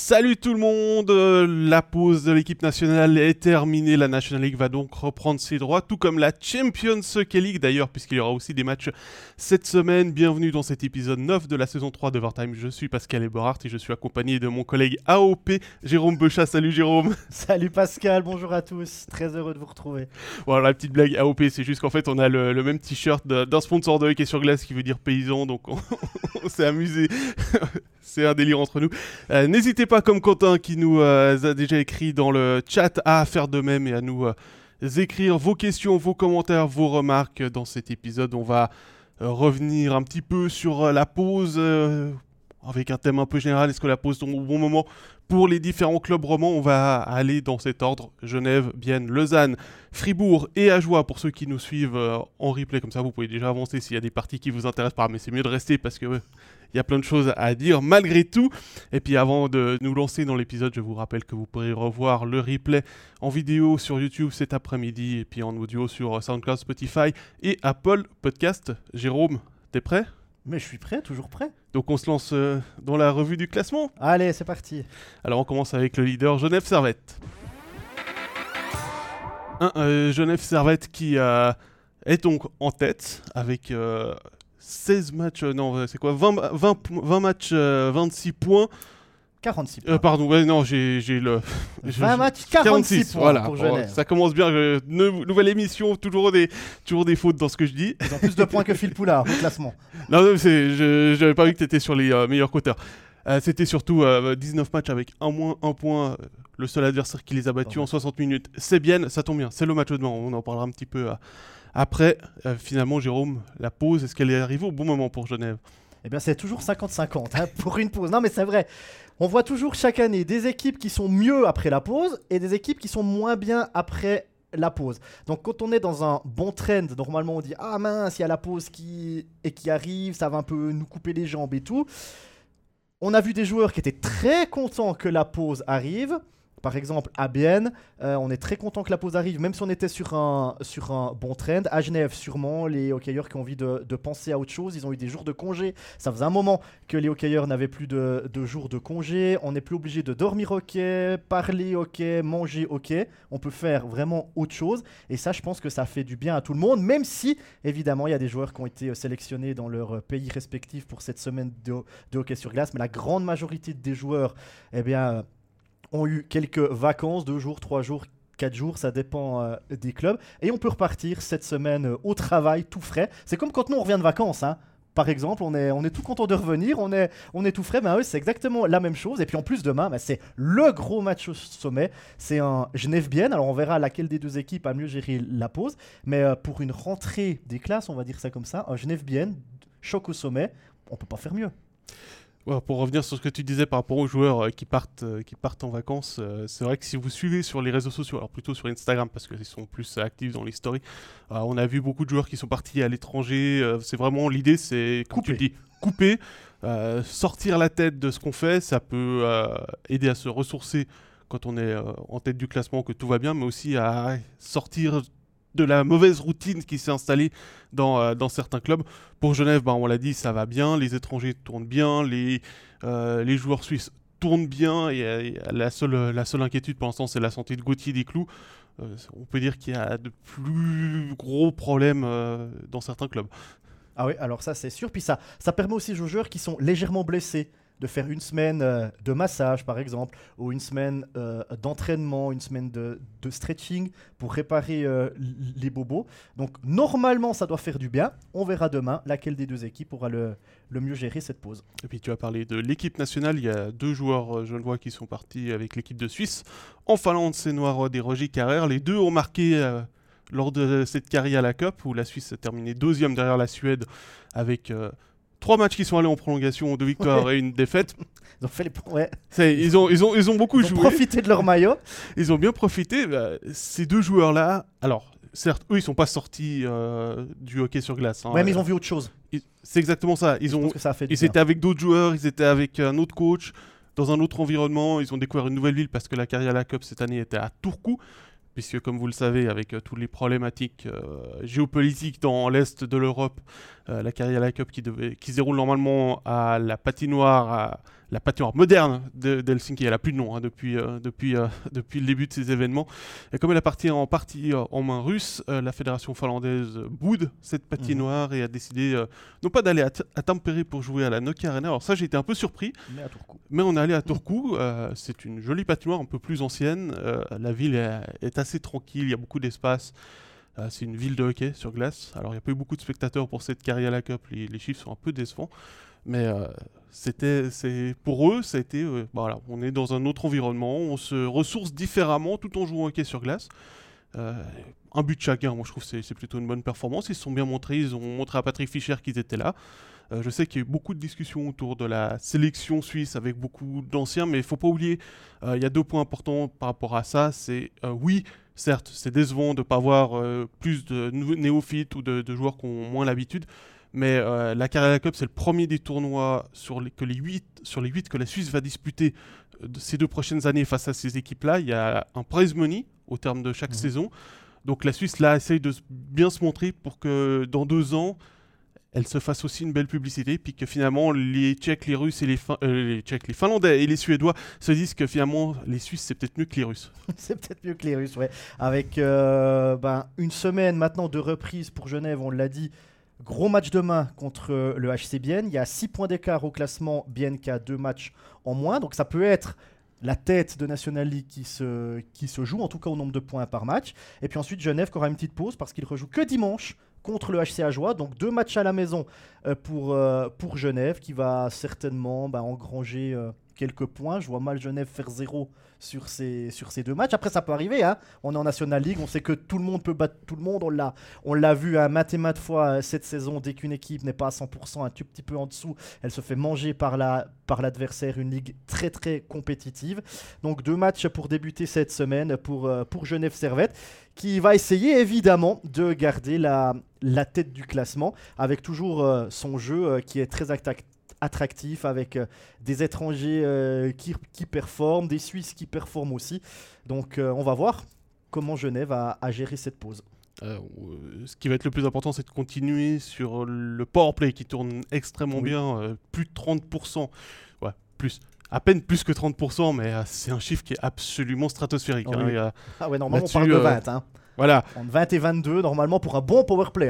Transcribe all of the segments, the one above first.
Salut tout le monde, la pause de l'équipe nationale est terminée, la National League va donc reprendre ses droits, tout comme la Champions Hockey League d'ailleurs, puisqu'il y aura aussi des matchs cette semaine. Bienvenue dans cet épisode 9 de la saison 3 d'Overtime, je suis Pascal Eberhardt et je suis accompagné de mon collègue AOP, Jérôme Bechat. Salut Jérôme. Salut Pascal, bonjour à tous, très heureux de vous retrouver. Voilà, la petite blague AOP, c'est juste qu'en fait on a le même t-shirt d'un sponsor de hockey sur glace qui veut dire paysan, donc on s'est amusé. C'est un délire entre nous. N'hésitez pas, comme Quentin qui nous a déjà écrit dans le chat, à faire de même et à nous écrire vos questions, vos commentaires, vos remarques. Dans cet épisode, on va revenir un petit peu sur la pause avec un thème un peu général. Est-ce que la pause tombe au bon moment pour les différents clubs romans? On va aller dans cet ordre: Genève, Bienne, Lausanne, Fribourg et Ajoie. Pour ceux qui nous suivent en replay, comme ça vous pouvez déjà avancer s'il y a des parties qui vous intéressent pas, mais c'est mieux de rester parce que il y a plein de choses à dire malgré tout. Et puis avant de nous lancer dans l'épisode, je vous rappelle que vous pourrez revoir le replay en vidéo sur YouTube cet après-midi et puis en audio sur SoundCloud, Spotify et Apple Podcast. Jérôme, t'es prêt? Mais je suis prêt, toujours prêt. Donc on se lance dans la revue du classement. Allez, c'est parti. Alors on commence avec le leader Genève Servette. Genève Servette qui est donc en tête avec 16 matchs, non c'est quoi, 20 matchs, 26 points. 46 points. Pardon, ouais, non, j'ai le... 20 matchs, 46 points voilà, pour Genève. Ça commence bien, nouvelle émission, toujours des fautes dans ce que je dis. Ils ont plus de points que Phil Poulard au classement. Non, j'avais pas vu que tu étais sur les meilleurs quoteurs. C'était surtout 19 matchs avec un point, le seul adversaire qui les a battus en 60 minutes. C'est bien, ça tombe bien, c'est le match de demain, on en parlera un petit peu après. Finalement, Jérôme, la pause, est-ce qu'elle est arrivée au bon moment pour Genève? Eh bien, c'est toujours 50-50 hein, pour une pause. Non, mais c'est vrai. On voit toujours chaque année des équipes qui sont mieux après la pause et des équipes qui sont moins bien après la pause. Donc quand on est dans un bon trend, normalement on dit « Ah mince, il y a la pause qui arrive, ça va un peu nous couper les jambes et tout ». On a vu des joueurs qui étaient très contents que la pause arrive. Par exemple, à Bienne, on est très content que la pause arrive, même si on était sur un bon trend. À Genève, sûrement, les hockeyeurs qui ont envie de penser à autre chose, ils ont eu des jours de congé. Ça faisait un moment que les hockeyeurs n'avaient plus de jours de congé. On n'est plus obligé de dormir hockey, parler hockey, manger hockey. On peut faire vraiment autre chose. Et ça, je pense que ça fait du bien à tout le monde, même si, évidemment, il y a des joueurs qui ont été sélectionnés dans leur pays respectif pour cette semaine de hockey sur glace. Mais la grande majorité des joueurs, eh bien... ont eu quelques vacances, 2 jours, 3 jours, 4 jours, ça dépend des clubs. Et on peut repartir cette semaine au travail, tout frais. C'est comme quand nous, on revient de vacances, hein. Par exemple, on est tout content de revenir, on est tout frais. Ben eux, c'est exactement la même chose. Et puis en plus, demain, c'est le gros match au sommet. C'est un Genève-Bienne. Alors on verra laquelle des deux équipes a mieux géré la pause. Mais pour une rentrée des classes, on va dire ça comme ça, un Genève-Bienne, choc au sommet, on peut pas faire mieux. Ouais, pour revenir sur ce que tu disais par rapport aux joueurs qui partent en vacances, c'est vrai que si vous suivez sur les réseaux sociaux, alors plutôt sur Instagram parce qu'ils sont plus actifs dans les stories, on a vu beaucoup de joueurs qui sont partis à l'étranger. C'est vraiment l'idée, c'est comme tu le dis, couper, sortir la tête de ce qu'on fait. Ça peut aider à se ressourcer quand on est en tête du classement, que tout va bien, mais aussi à sortir de la mauvaise routine qui s'est installée dans certains clubs. Pour Genève, on l'a dit, ça va bien, les étrangers tournent bien, les joueurs suisses tournent bien, et la seule inquiétude pour l'instant, c'est la santé de Gauthier Desclous. On peut dire qu'il y a de plus gros problèmes dans certains clubs. Ah oui, alors ça c'est sûr, puis ça permet aussi aux joueurs qui sont légèrement blessés de faire une semaine de massage par exemple, ou une semaine d'entraînement, une semaine de stretching pour réparer les bobos. Donc normalement ça doit faire du bien. On verra demain laquelle des deux équipes aura le mieux géré cette pause. Et puis tu as parlé de l'équipe nationale, il y a 2 joueurs genevois qui sont partis avec l'équipe de Suisse. En Finlande, c'est Noirod et Roger Carrère. Les deux ont marqué lors de cette carrière à la Cup, où la Suisse a terminé 2e derrière la Suède avec... 3 matchs qui sont allés en prolongation, 2 victoires et une défaite. Ils ont fait les ouais. Ils ont beaucoup joué. Ils ont profité de leur maillot. Ils ont bien profité. Ces 2 joueurs-là, alors certes, eux, ils sont pas sortis du hockey sur glace. Hein. Ouais, mais ils ont vu autre chose. C'est exactement ça. Ils étaient avec d'autres joueurs, ils étaient avec un autre coach, dans un autre environnement. Ils ont découvert une nouvelle ville parce que la carrière à la Cup cette année était à Turku. Puisque, comme vous le savez, avec toutes les problématiques géopolitiques dans l'Est de l'Europe, la Cariala Cup qui se déroule normalement à la patinoire moderne d'Helsinki. Elle n'a plus de nom depuis le début de ces événements. Et comme elle est en partie en main russe, la fédération finlandaise boude cette patinoire et a décidé non pas d'aller à Tampere pour jouer à la Nokia Arena. Alors ça, j'ai été un peu surpris. Mais on est allé à Turku. C'est une jolie patinoire un peu plus ancienne. La ville est assez tranquille, il y a beaucoup d'espace. C'est une ville de hockey sur glace. Alors il n'y a pas eu beaucoup de spectateurs pour cette Cariala Cup. Les chiffres sont un peu décevants. Mais pour eux, ça a été, voilà, on est dans un autre environnement, on se ressource différemment tout en jouant au hockey sur glace. Un but chacun, moi je trouve que c'est plutôt une bonne performance. Ils se sont bien montrés, ils ont montré à Patrick Fischer qu'ils étaient là. Je sais qu'il y a eu beaucoup de discussions autour de la sélection suisse avec beaucoup d'anciens, mais il ne faut pas oublier, il y a 2 points importants par rapport à ça. C'est oui, certes, c'est décevant de ne pas avoir plus de néophytes ou de joueurs qui ont moins l'habitude. Mais la Cariala Cup, c'est le premier des tournois sur les 8 que la Suisse va disputer ces 2 prochaines années face à ces équipes-là. Il y a un prize money au terme de chaque saison. Donc la Suisse, là, essaye de bien se montrer pour que dans 2 ans, elle se fasse aussi une belle publicité. Puis que finalement, les Tchèques, les Russes et les Finlandais et les Suédois se disent que finalement, les Suisses, c'est peut-être mieux que les Russes. C'est peut-être mieux que les Russes, ouais. Avec une semaine maintenant de reprise pour Genève, on l'a dit. Gros match demain contre le HC Bienne. Il y a 6 points d'écart au classement. Bienne qui a 2 matchs en moins. Donc ça peut être la tête de National League qui se joue, en tout cas au nombre de points par match. Et puis ensuite Genève qui aura une petite pause parce qu'il rejoue que dimanche contre le HC Ajoie. Donc 2 matchs à la maison pour Genève qui va certainement engranger quelques points. Je vois mal Genève faire 0 sur ces 2 matchs. Après, ça peut arriver. Hein. On est en National League. On sait que tout le monde peut battre tout le monde. On l'a vu à maintes et maintes fois cette saison. Dès qu'une équipe n'est pas à 100%, un tout petit peu en dessous, elle se fait manger par l'adversaire. Une ligue très, très compétitive. Donc, 2 matchs pour débuter cette semaine pour Genève Servette, qui va essayer évidemment de garder la tête du classement avec toujours son jeu qui est très attractif avec des étrangers qui performent, des Suisses qui performent aussi. Donc on va voir comment Genève a géré cette pause. Ce qui va être le plus important, c'est de continuer sur le powerplay qui tourne extrêmement bien, plus de 30%. Ouais, à peine plus que 30%, mais c'est un chiffre qui est absolument stratosphérique. Oui. Normalement on parle de 20. Voilà. Entre 20 et 22, normalement pour un bon powerplay.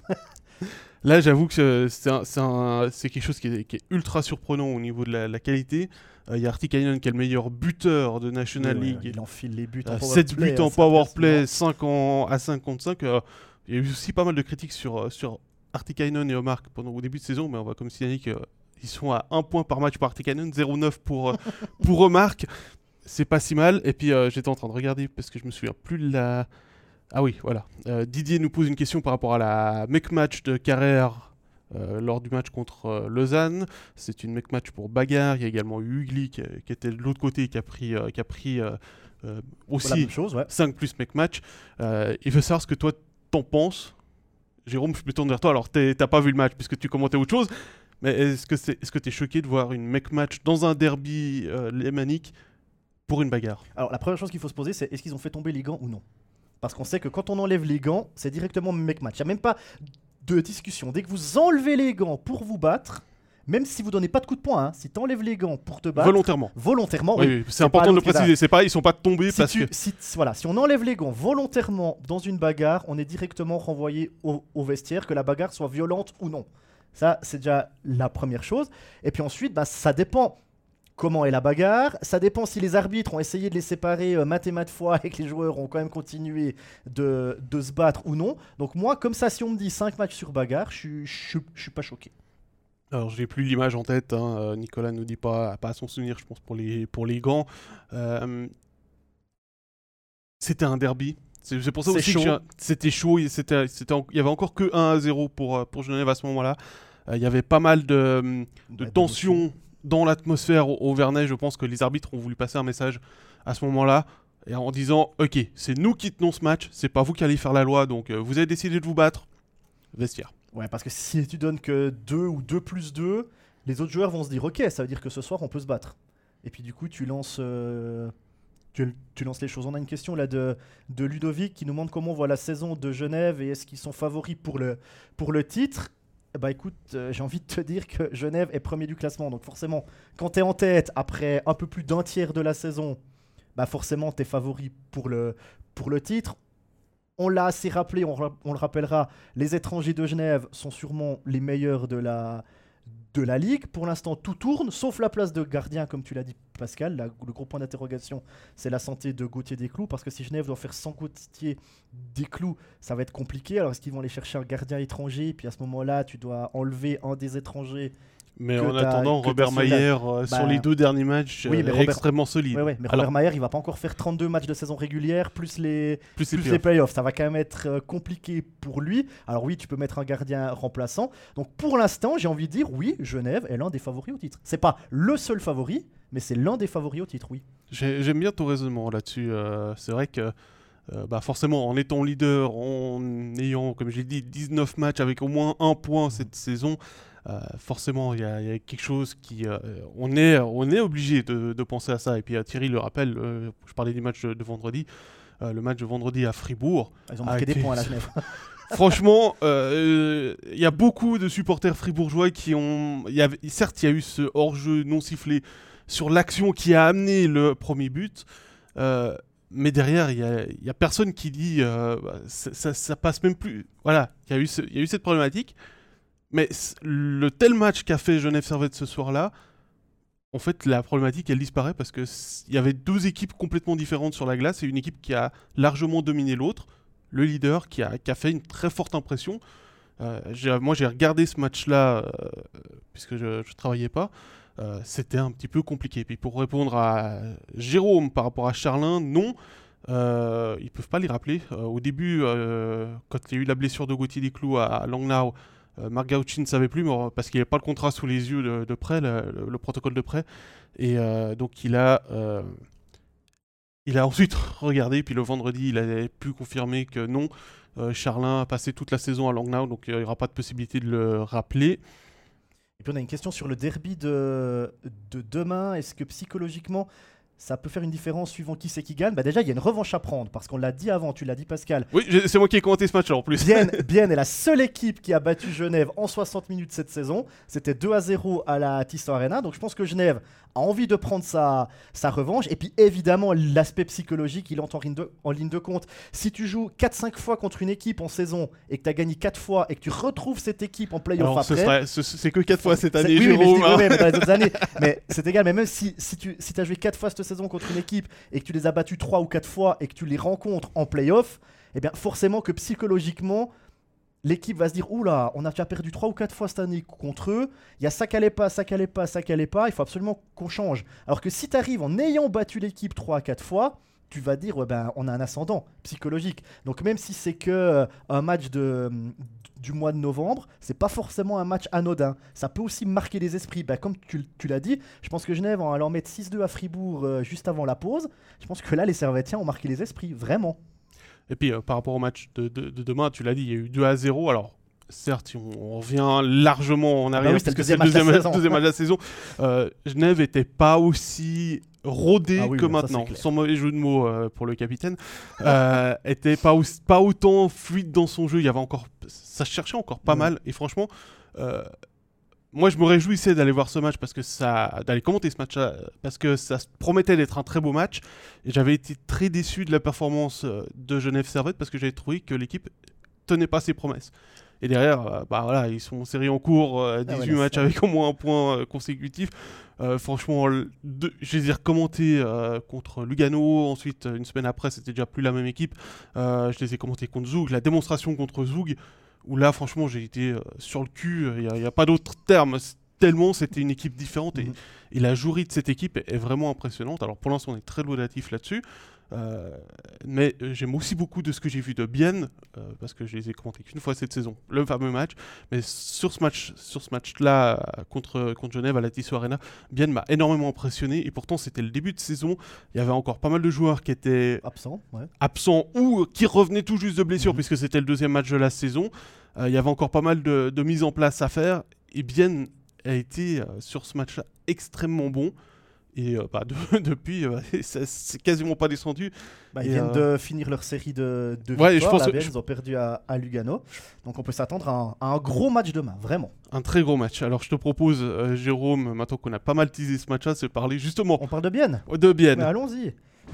Là, j'avoue que c'est quelque chose qui est ultra surprenant au niveau de la qualité. Il y a Artikainen qui est le meilleur buteur de National League. Il enfile les buts en powerplay. 7 buts en powerplay, 5 à 55. Il y a eu aussi pas mal de critiques sur Artikainen et Omark au début de saison, mais on va comme signaler qu'ils sont à 1 point par match pour Artikainen, 0,9 pour Omark. C'est pas si mal. Et puis j'étais en train de regarder parce que je me souviens plus de la... Ah oui, voilà. Didier nous pose une question par rapport à la mec match de Carrère lors du match contre Lausanne. C'est une mec match pour bagarre. Il y a également eu Hugli qui était de l'autre côté et qui a pris aussi 5 plus mec match. Il veut savoir ce que toi t'en penses. Jérôme, je me tourne vers toi. Alors t'as pas vu le match puisque tu commentais autre chose. Mais est-ce que t'es choqué de voir une mec match dans un derby lémanique pour une bagarre? Alors la première chose qu'il faut se poser, c'est est-ce qu'ils ont fait tomber les gants ou non? Parce qu'on sait que quand on enlève les gants, c'est directement mec match. Il n'y a même pas de discussion. Dès que vous enlevez les gants pour vous battre, même si vous ne donnez pas de coup de poing, si tu enlèves les gants pour te battre... Volontairement, oui. C'est important de le préciser. Ils ne sont pas tombés si on enlève les gants volontairement dans une bagarre, on est directement renvoyé au vestiaire, que la bagarre soit violente ou non. Ça, c'est déjà la première chose. Et puis ensuite, ça dépend... Comment est la bagarre? Ça dépend si les arbitres ont essayé de les séparer maintes et maintes fois et que les joueurs ont quand même continué de se battre ou non. Donc moi, comme ça, si on me dit 5 matchs sur bagarre, je suis pas choqué. Alors j'ai plus l'image en tête, Nicolas nous dit pas à son souvenir, je pense, pour les gants. C'était un derby. C'est pour ça aussi que c'était chaud. Il y avait encore que 1-0 pour Genève à ce moment-là. Il y avait pas mal de tensions dans l'atmosphère au Vernet. Je pense que les arbitres ont voulu passer un message à ce moment-là et en disant ok, c'est nous qui tenons ce match, c'est pas vous qui allez faire la loi, donc vous avez décidé de vous battre, vestiaire. Ouais, parce que si tu donnes que 2 ou 2 plus 2, les autres joueurs vont se dire ok, ça veut dire que ce soir on peut se battre. Et puis du coup tu lances les choses. On a une question là de Ludovic qui nous demande comment on voit la saison de Genève et est-ce qu'ils sont favoris pour le titre. Bah écoute, j'ai envie de te dire que Genève est premier du classement. Donc forcément, quand tu es en tête après un peu plus d'un tiers de la saison, bah forcément tu es favori pour le titre. On l'a assez rappelé, on le rappellera, les étrangers de Genève sont sûrement les meilleurs de la ligue. Pour l'instant, tout tourne, sauf la place de gardien, comme tu l'as dit, Pascal. Le gros point d'interrogation, c'est la santé de Gauthier Desclous, parce que si Genève doit faire sans Gauthier Desclous, ça va être compliqué. Alors, est-ce qu'ils vont aller chercher un gardien étranger? Puis à ce moment-là, tu dois enlever un des étrangers. Mais en attendant, Robert Mayer, sur les 2 derniers matchs, est extrêmement solide. Oui, mais Robert Mayer, il va pas encore faire 32 matchs de saison régulière, plus les playoffs. Ça va quand même être compliqué pour lui. Alors oui, tu peux mettre un gardien remplaçant. Donc pour l'instant, j'ai envie de dire, oui, Genève est l'un des favoris au titre. C'est pas le seul favori, mais c'est l'un des favoris au titre, oui. J'aime bien ton raisonnement là-dessus. C'est vrai que forcément, en étant leader, en ayant, comme j'ai dit, 19 matchs avec au moins 1 point cette saison, forcément, il y a quelque chose qui... on est obligé de penser à ça. Et puis Thierry le rappelle, je parlais du match de vendredi, le match de vendredi à Fribourg. Ils ont marqué des points à la Genève. Franchement, il y a beaucoup de supporters fribourgeois qui ont... Certes, il y a eu ce hors-jeu non sifflé sur l'action qui a amené le premier but, mais derrière, il y a personne qui dit ça passe même plus. Voilà, il y a eu cette problématique. Mais le tel match qu'a fait Genève Servette ce soir-là, en fait, la problématique, elle disparaît parce qu'il y avait 2 équipes complètement différentes sur la glace et une équipe qui a largement dominé l'autre, le leader qui a fait une très forte impression. Moi, j'ai regardé ce match-là puisque je ne travaillais pas. C'était un petit peu compliqué. Puis pour répondre à Jérôme par rapport à Charlin, non. Ils ne peuvent pas les rappeler. Au début, quand il y a eu la blessure de Gauthier Desclous à Langnau, Marc Gauchi ne savait plus parce qu'il n'avait pas le contrat sous les yeux de prêt, le protocole de prêt. Et donc il a ensuite regardé, puis le vendredi, il avait pu confirmer que non, Charlin a passé toute la saison à Langnau, donc il n'y aura pas de possibilité de le rappeler. Et puis on a une question sur le derby de demain. Est-ce que psychologiquement, ça peut faire une différence suivant qui c'est qui gagne? Déjà, il y a une revanche à prendre, parce qu'on l'a dit avant, tu l'as dit Pascal. Oui, c'est moi qui ai commenté ce match-là en plus. Bienne est la seule équipe qui a battu Genève en 60 minutes cette saison. C'était 2-0 à la Tissot Arena. Donc je pense que Genève a envie de prendre sa revanche. Et puis évidemment, l'aspect psychologique, il entre en ligne de compte. Si tu joues 4-5 fois contre une équipe en saison et que tu as gagné 4 fois et que tu retrouves cette équipe en play-off après... C'est que 4 fois cette année, oui, Jérôme. Mais dans les autres années. Mais c'est égal. Mais même si tu as joué 4 fois cette saison contre une équipe et que tu les as battus 3 ou 4 fois et que tu les rencontres en play-off, eh bien forcément que psychologiquement, l'équipe va se dire « Oula, on a déjà perdu 3 ou 4 fois cette année contre eux, il y a ça qui allait pas, il faut absolument qu'on change. » Alors que si tu arrives en ayant battu l'équipe 3 à 4 fois, tu vas dire on a un ascendant psychologique. Donc même si c'est que un match du mois de novembre, c'est pas forcément un match anodin. Ça peut aussi marquer les esprits. Comme tu l'as dit, je pense que Genève, en allant mettre 6-2 à Fribourg juste avant la pause, je pense que là, les Servettiens ont marqué les esprits, vraiment. Et puis par rapport au match de demain, tu l'as dit, il y a eu 2-0. Alors certes, on revient largement en arrière, parce que c'est le deuxième match de la saison. Genève n'était pas aussi rodé que maintenant, sans mauvais jeu de mots pour le capitaine. Était pas autant fluide dans son jeu. Il y avait ça cherchait encore pas mal. Et franchement, moi je me réjouissais d'aller voir ce match, d'aller commenter ce match-là, parce que ça promettait d'être un très beau match. Et j'avais été très déçu de la performance de Genève Servette, parce que j'avais trouvé que l'équipe tenait pas ses promesses. Et derrière, ils sont en série en cours, 18 matchs avec au moins 1 point consécutif. Franchement, je les ai recommentés contre Lugano. Ensuite, une semaine après, c'était déjà plus la même équipe. Je les ai commentés contre Zug. La démonstration contre Zug, où là, franchement, j'ai été sur le cul. Il n'y a pas d'autre terme. Tellement c'était une équipe différente. Et la jouerie de cette équipe est vraiment impressionnante. Alors pour l'instant, on est très laudatif là-dessus. Mais j'aime aussi beaucoup de ce que j'ai vu de Bienne, parce que je les ai commentés qu'une fois cette saison, le fameux match. Mais sur ce match-là contre Genève à la Tissot Arena, Bienne m'a énormément impressionné. Et pourtant, c'était le début de saison. Il y avait encore pas mal de joueurs qui étaient absents ou qui revenaient tout juste de blessure, puisque c'était le 2e match de la saison. Il y avait encore pas mal de mise en place à faire. Et Bienne a été sur ce match-là extrêmement bon. Et depuis, c'est quasiment pas descendu. Ils viennent de finir leur série de Ouais, victoires. je pense Ils ont perdu à Lugano. Donc on peut s'attendre à un gros match demain, vraiment. Un très gros match. Alors je te propose, Jérôme, maintenant qu'on a pas mal teasé ce match-là, c'est de parler justement On parle de Bienne. de Bienne. Mais allons-y.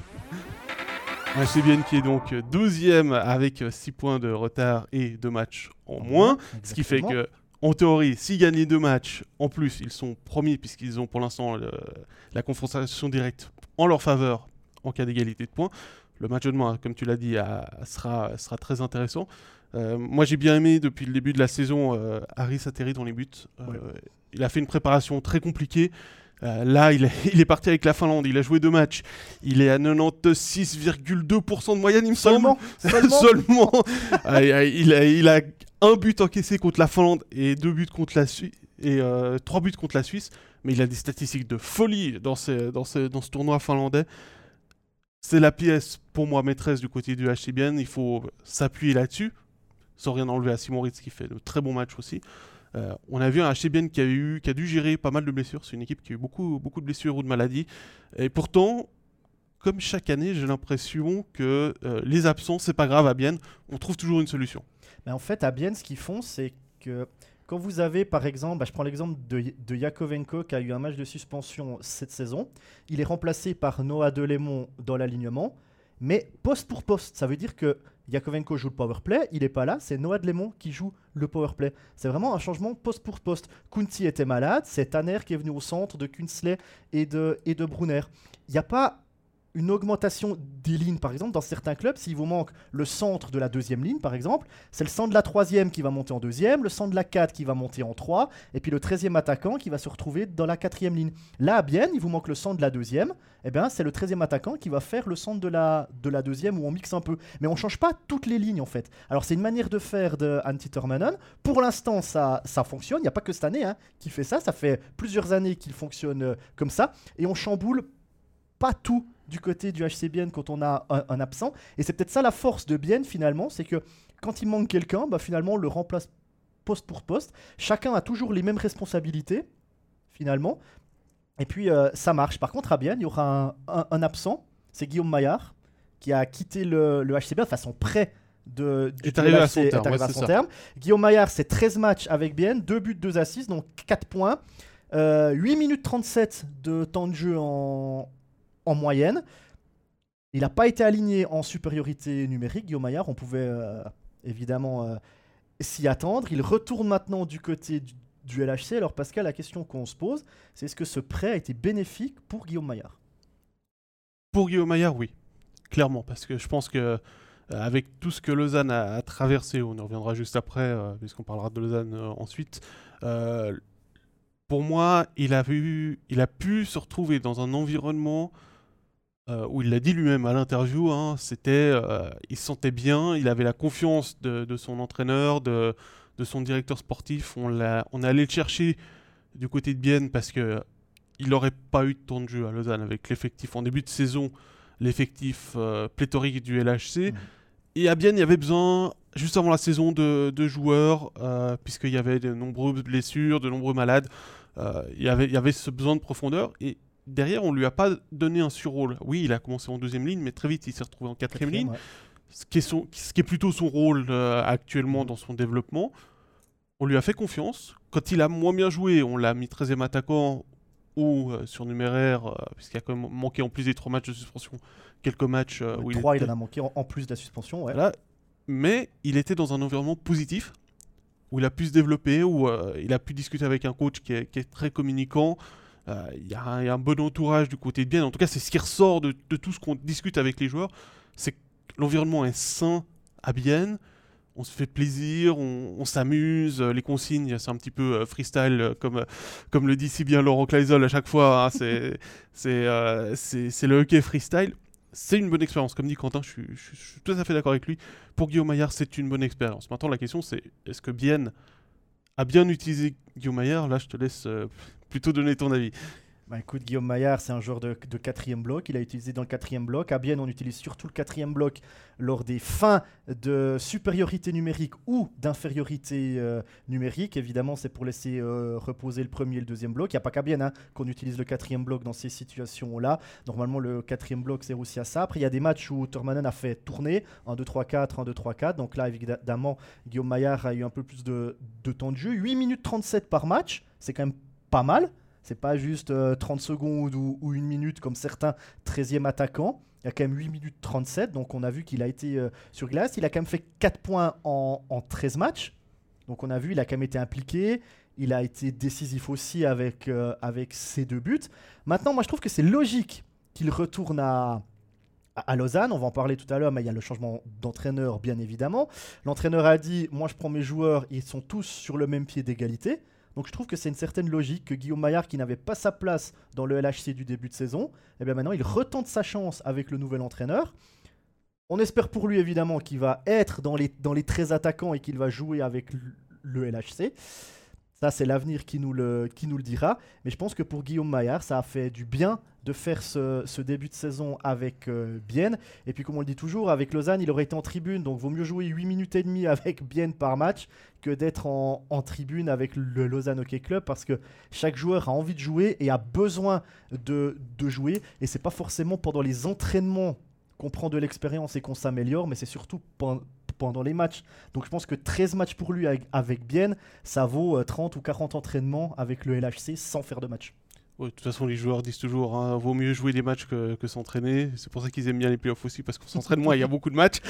C'est Bienne qui est donc 12e avec 6 points de retard et 2 matchs en moins. Ce qui fait que, en théorie, s'ils gagnent les 2 matchs, en plus, ils sont premiers puisqu'ils ont pour l'instant la confrontation directe en leur faveur en cas d'égalité de points. Le match de demain, comme tu l'as dit, sera très intéressant. Moi, j'ai bien aimé depuis le début de la saison Harris Atterri dans les buts. Il a fait une préparation très compliquée. Là, il est parti avec la Finlande, il a joué 2 matchs, il est à 96,2% de moyenne, il me semble. Seulement. Il a 1 but encaissé contre la Finlande et 2 buts contre la Suisse et 3 buts contre la Suisse, mais il a des statistiques de folie dans ce tournoi finlandais. C'est la pièce pour moi maîtresse du côté du HC Bienne, il faut s'appuyer là-dessus, sans rien enlever à Simon Ritz qui fait de très bons matchs aussi. On a vu un HC Bienne qui a dû gérer pas mal de blessures. C'est une équipe qui a eu beaucoup de blessures ou de maladies. Et pourtant, comme chaque année, j'ai l'impression que les absents, c'est pas grave à Bienne. On trouve toujours une solution. Mais en fait, à Bienne, ce qu'ils font, c'est que quand vous avez, par exemple, je prends l'exemple de Yakovenko qui a eu un match de suspension cette saison. Il est remplacé par Noah Delémont dans l'alignement, mais poste pour poste. Ça veut dire que Yakovenko joue le powerplay, il n'est pas là, c'est Noah Delémont qui joue le powerplay. C'est vraiment un changement poste pour poste. Kunti était malade, c'est Tanner qui est venu au centre de Kunsley et de Brunner. Il n'y a pas une augmentation des lignes, par exemple, dans certains clubs, s'il vous manque le centre de la deuxième ligne, par exemple, c'est le centre de la troisième qui va monter en deuxième, le centre de la 4 qui va monter en 3, et puis le 13e attaquant qui va se retrouver dans la 4e ligne. Là, à Bienne, il vous manque le centre de la deuxième, eh bien, c'est le 13e attaquant qui va faire le centre de la deuxième où on mixe un peu. Mais on ne change pas toutes les lignes, en fait. Alors, c'est une manière de faire de Antti Termanen. Pour l'instant, ça fonctionne. Il n'y a pas que cette année qui fait ça. Ça fait plusieurs années qu'il fonctionne comme ça. Et on chamboule pas tout du côté du HC Bienne quand on a un absent. Et c'est peut-être ça la force de Bienne, finalement. C'est que quand il manque quelqu'un, finalement, on le remplace poste pour poste. Chacun a toujours les mêmes responsabilités, finalement. Et puis, ça marche. Par contre, à Bienne, il y aura un absent. C'est Guillaume Maillard, qui a quitté le HC Bienne de façon près est arrivé à son terme. Guillaume Maillard, c'est 13 matchs avec Bienne, 2 buts, 2 assists, donc 4 points. 8 minutes 37 de temps de jeu en moyenne. Il n'a pas été aligné en supériorité numérique, Guillaume Maillard. On pouvait évidemment s'y attendre. Il retourne maintenant du côté du LHC. Alors Pascal, la question qu'on se pose, c'est est-ce que ce prêt a été bénéfique pour Guillaume Maillard ? Pour Guillaume Maillard, oui. Clairement, parce que je pense que avec tout ce que Lausanne a traversé, on y reviendra juste après, puisqu'on parlera de Lausanne ensuite, pour moi, il a pu se retrouver dans un environnement où il l'a dit lui-même à l'interview, il se sentait bien, il avait la confiance de son entraîneur, de son directeur sportif. On est allé le chercher du côté de Bienne parce qu'il n'aurait pas eu de temps de jeu à Lausanne avec l'effectif en début de saison, l'effectif pléthorique du LHC. Et à Bienne, il y avait besoin, juste avant la saison, de joueurs, puisqu'il y avait de nombreuses blessures, de nombreux malades. Il y avait ce besoin de profondeur. Et derrière, on ne lui a pas donné un surrôle. Oui, il a commencé en deuxième ligne, mais très vite, il s'est retrouvé en quatrième ligne. Ouais. Ce qui est plutôt son rôle actuellement dans son développement. On lui a fait confiance. Quand il a moins bien joué, on l'a mis 13e attaquant ou surnuméraire, puisqu'il a quand même manqué en plus des 3 matchs de suspension, quelques matchs où 3, il en a manqué en plus de la suspension. Ouais. Voilà. Mais il était dans un environnement positif, où il a pu se développer, où il a pu discuter avec un coach qui est très communicant. Il y a un bon entourage du côté de Bienne. En tout cas, c'est ce qui ressort de tout ce qu'on discute avec les joueurs. C'est que l'environnement est sain à Bienne. On se fait plaisir, on s'amuse. Les consignes, c'est un petit peu freestyle, comme le dit si bien Laurent Kleisel à chaque fois. C'est le hockey freestyle. C'est une bonne expérience. Comme dit Quentin, je suis tout à fait d'accord avec lui. Pour Guillaume Maillard, c'est une bonne expérience. Maintenant, la question, c'est est-ce que Bienne a bien utilisé Guillaume Maillard ? Là, je te laisse plutôt donner ton avis. Bah écoute, Guillaume Maillard, c'est un joueur de quatrième bloc. Il a utilisé dans le quatrième bloc. À Bienne, on utilise surtout le quatrième bloc lors des fins de supériorité numérique ou d'infériorité numérique. Évidemment, c'est pour laisser reposer le premier et le deuxième bloc. Il n'y a pas qu'à Bienne qu'on utilise le quatrième bloc dans ces situations-là. Normalement, le quatrième bloc sert aussi à ça. Après, il y a des matchs où Tormanen a fait tourner 1-2-3-4, 1-2-3-4. Donc là, évidemment, Guillaume Maillard a eu un peu plus de temps de jeu. 8 minutes 37 par match, c'est quand même pas mal. C'est pas juste 30 secondes ou 1 minute comme certains 13e attaquants. Il y a quand même 8 minutes 37, donc on a vu qu'il a été sur glace. Il a quand même fait 4 points en 13 matchs. Donc on a vu, il a quand même été impliqué. Il a été décisif aussi avec ses 2 buts. Maintenant, moi je trouve que c'est logique qu'il retourne à Lausanne. On va en parler tout à l'heure, mais il y a le changement d'entraîneur, bien évidemment. L'entraîneur a dit, moi je prends mes joueurs, ils sont tous sur le même pied d'égalité. Donc je trouve que c'est une certaine logique que Guillaume Maillard, qui n'avait pas sa place dans le LHC du début de saison, eh bien maintenant il retente sa chance avec le nouvel entraîneur. On espère pour lui évidemment qu'il va être dans les 13 attaquants et qu'il va jouer avec le LHC. Ça, c'est l'avenir qui nous le dira. Mais je pense que pour Guillaume Maillard, ça a fait du bien de faire ce début de saison avec Bienne. Et puis, comme on le dit toujours, avec Lausanne, il aurait été en tribune. Donc, vaut mieux jouer 8 minutes et demie avec Bienne par match que d'être en tribune avec le Lausanne Hockey Club, parce que chaque joueur a envie de jouer et a besoin de jouer. Et c'est pas forcément pendant les entraînements qu'on prend de l'expérience et qu'on s'améliore, mais c'est surtout pendant les matchs. Donc je pense que 13 matchs pour lui avec Bienne, ça vaut 30 ou 40 entraînements avec le LHC sans faire de match. Ouais, de toute façon, les joueurs disent toujours vaut mieux jouer des matchs que s'entraîner. C'est pour ça qu'ils aiment bien les playoffs aussi, parce qu'on s'entraîne moins, il y a beaucoup de matchs.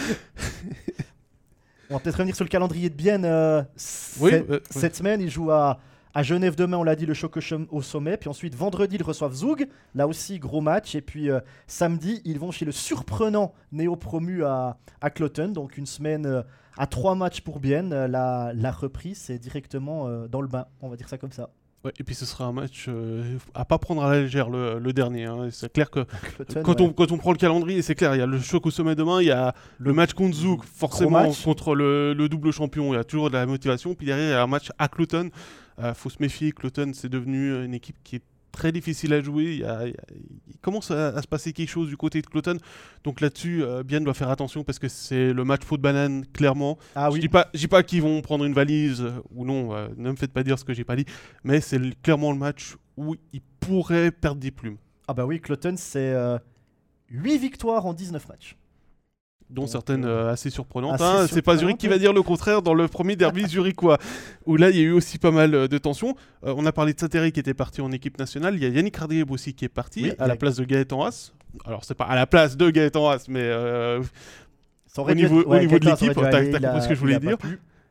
On va peut-être revenir sur le calendrier de Bienne. Cette semaine, il joue à Genève demain, on l'a dit, le choc au sommet. Puis ensuite, vendredi, ils reçoivent Zug. Là aussi, gros match. Et puis samedi, ils vont chez le surprenant néo-promu à Cloton. Donc une semaine à 3 matchs pour Bienne. La reprise, c'est directement dans le bain. On va dire ça comme ça. Ouais, et puis ce sera un match à pas prendre à la légère, le dernier. Hein. C'est clair que Cloton, quand on prend le calendrier, c'est clair, il y a le choc au sommet demain, il y a le match contre Zug, forcément contre le double champion. Il y a toujours de la motivation. Puis derrière, il y a un match à Cloton. Faut se méfier, Cloton, c'est devenu une équipe qui est très difficile à jouer. Il commence à se passer quelque chose du côté de Cloton. Donc là-dessus, Bienne doit faire attention parce que c'est le match faute banane, clairement. Ah, oui. Je dis pas qu'ils vont prendre une valise ou non, ne me faites pas dire ce que j'ai pas dit, mais c'est clairement le match où ils pourraient perdre des plumes. Ah bah oui, Cloton, c'est 8 victoires en 19 matchs. Dont Donc, certaines assez surprenantes. assez C'est pas Zurich qui va dire le contraire dans le premier derby zurichois, où là il y a eu aussi pas mal de tensions. On a parlé de Sateri qui était parti en équipe nationale. Il y a Yannick Radrieb aussi qui est parti à la place de Gaëtan Haas. Alors c'est pas à la place de Gaëtan Haas, mais au niveau de l'équipe, t'as compris ce que je voulais dire.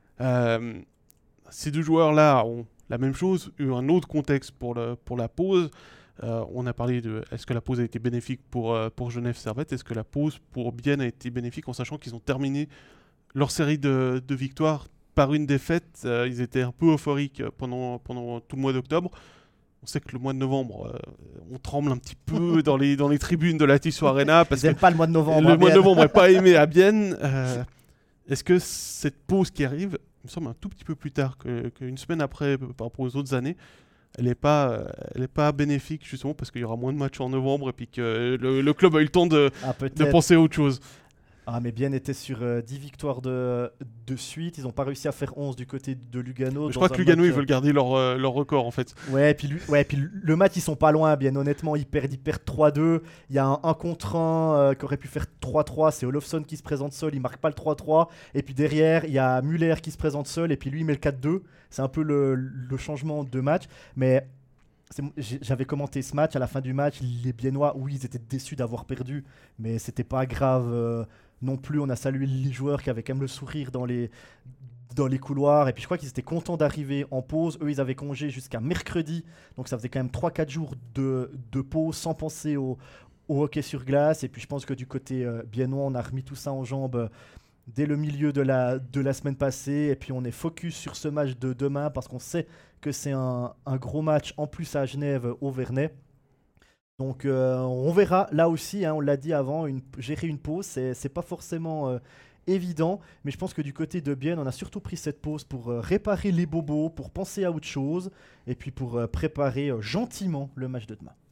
Ces deux joueurs-là ont la même chose, eu un autre contexte pour la pause. On a parlé de est-ce que la pause a été bénéfique pour Genève Servette, est-ce que la pause pour Bienne a été bénéfique en sachant qu'ils ont terminé leur série de victoires par une défaite. Ils étaient un peu euphoriques pendant tout le mois d'octobre. On sait que le mois de novembre, on tremble un petit peu dans les tribunes de la Tissot Arena parce ils n'aiment pas le mois de novembre. Le mois de novembre n'est pas aimé à Bienne. Est-ce que cette pause qui arrive, il me semble un tout petit peu plus tard qu'une semaine après par rapport aux autres années, elle n'est pas bénéfique justement parce qu'il y aura moins de matchs en novembre et puis que le club a eu le temps de penser à autre chose. Ah, mais Bienne était sur 10 victoires de suite. Ils n'ont pas réussi à faire 11 du côté de Lugano. Je crois que Lugano, ils veulent garder leur record en fait. Ouais, puis le match, ils sont pas loin, Bienne. Honnêtement, ils perdent 3-2. Il y a un contre 1 qui aurait pu faire 3-3. C'est Olofsson qui se présente seul. Il marque pas le 3-3. Et puis derrière, il y a Muller qui se présente seul. Et puis lui, il met le 4-2. C'est un peu le changement de match. Mais j'avais commenté ce match. À la fin du match, les Biennois, oui, ils étaient déçus d'avoir perdu. Mais c'était pas grave. Non plus, on a salué les joueurs qui avaient quand même le sourire dans les couloirs. Et puis je crois qu'ils étaient contents d'arriver en pause. Eux, ils avaient congé jusqu'à mercredi. Donc ça faisait quand même 3-4 jours de pause sans penser au hockey sur glace. Et puis je pense que du côté biennois, on a remis tout ça en jambes dès le milieu de la semaine passée. Et puis on est focus sur ce match de demain parce qu'on sait que c'est un gros match en plus à Genève au Vernet. Donc on verra là aussi, on l'a dit avant, gérer une pause, c'est pas forcément évident, mais je pense que du côté de Bienne, on a surtout pris cette pause pour réparer les bobos, pour penser à autre chose, et puis pour préparer gentiment le match de demain.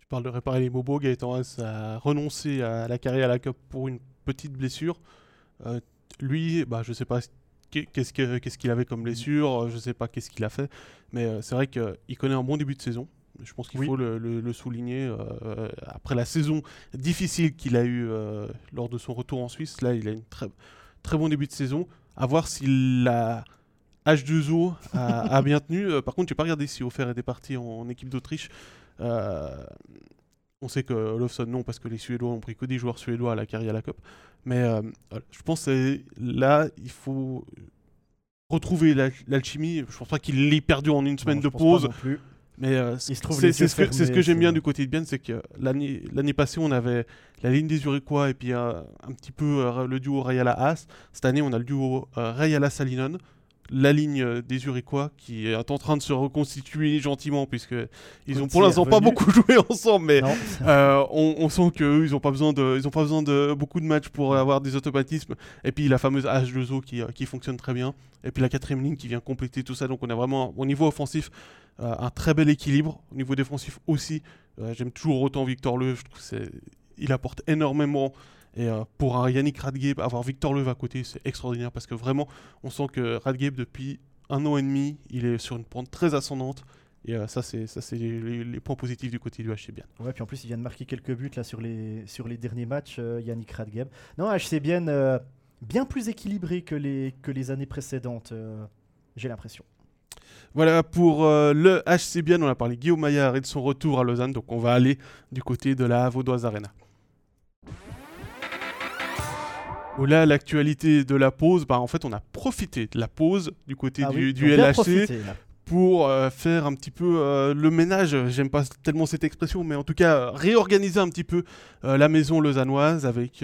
parles de réparer les bobos. Gaëtan Haas a renoncé à la carrière à la Cup pour une petite blessure. Lui, je sais pas qu'est-ce qu'il avait comme blessure, je sais pas qu'est-ce qu'il a fait, mais c'est vrai qu'il connaît un bon début de saison. Je pense qu'il faut le souligner. Après la saison difficile qu'il a eue lors de son retour en Suisse, là, il a une très, très bon début de saison. À voir si la H2O a bien tenu. Par contre, je n'ai pas regardé si Hofer était parti en équipe d'Autriche. On sait que Olofsson non, parce que les Suédois ont pris que des joueurs suédois à la carrière à la Cup. Mais je pense que là, il faut retrouver l'alchimie. Je ne pense pas qu'il l'ait perdu en une semaine de pause. Mais c'est ce que j'aime bien du côté de Bienne, c'est que l'année passée, on avait la ligne des Uriquois et puis un petit peu le duo Rajala-Haas. Cette année, on a le duo Rajala-Salinen. La ligne des Uriquois qui est en train de se reconstituer gentiment, puisqu'ils ont pour l'instant pas beaucoup joué ensemble, mais on sent qu'eux, ils n'ont pas besoin de beaucoup de matchs pour avoir des automatismes. Et puis la fameuse H2O qui fonctionne très bien. Et puis la 4ème ligne qui vient compléter tout ça. Donc on a vraiment, au niveau offensif, un très bel équilibre. Au niveau défensif aussi, j'aime toujours autant Victor Löw. Je trouve il apporte énormément. Et pour un Yannick Radgeb, avoir Victor Löw à côté, c'est extraordinaire parce que vraiment, on sent que Radgeb, depuis 1 an et demi, il est sur une pente très ascendante. Et ça, c'est les points positifs du côté du HC Bienne. Ouais, puis en plus, il vient de marquer quelques buts là, sur les derniers matchs, Yannick Radgeb. Non, HC Bienne, bien plus équilibré que les années précédentes, j'ai l'impression. Voilà pour le HC Bienne. On a parlé de Guillaume Maillard et de son retour à Lausanne. Donc on va aller du côté de la Vaudoise Arena. Là, l'actualité de la pause, en fait, on a profité de la pause du côté du LHC pour faire un petit peu le ménage. J'aime pas tellement cette expression, mais en tout cas, réorganiser un petit peu la maison lausannoise avec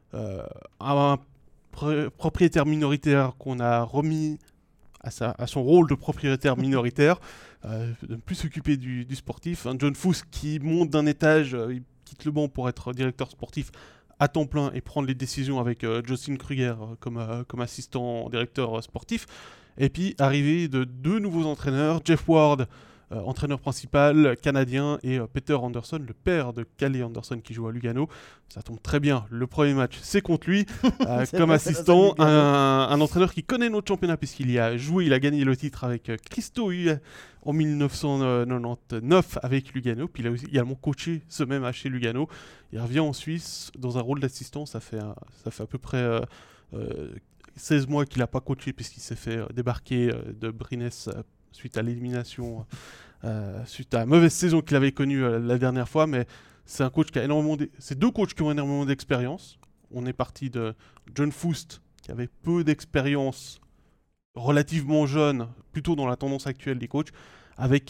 un propriétaire minoritaire qu'on a remis à son rôle de propriétaire minoritaire, de ne plus s'occuper du sportif. Un John Fuss qui monte d'un étage, il quitte le banc pour être directeur sportif à temps plein et prendre les décisions avec Justin Kruger comme assistant directeur sportif. Et puis, arrivée de 2 nouveaux entraîneurs, Jeff Ward, entraîneur principal canadien, et Peter Anderson, le père de Calle Anderson qui joue à Lugano. Ça tombe très bien, le premier match, c'est contre lui, comme assistant, un entraîneur qui connaît notre championnat puisqu'il y a joué, il a gagné le titre avec Christo Hue en 1999 avec Lugano, puis il a aussi également coaché ce même HC Lugano. Il revient en Suisse dans un rôle d'assistant, ça fait à peu près 16 mois qu'il n'a pas coaché puisqu'il s'est fait débarquer de Brines suite à l'élimination, suite à la mauvaise saison qu'il avait connue la dernière fois, mais c'est un coach qui a c'est 2 coachs qui ont énormément d'expérience. On est parti de John Foust, qui avait peu d'expérience, relativement jeune, plutôt dans la tendance actuelle des coachs, avec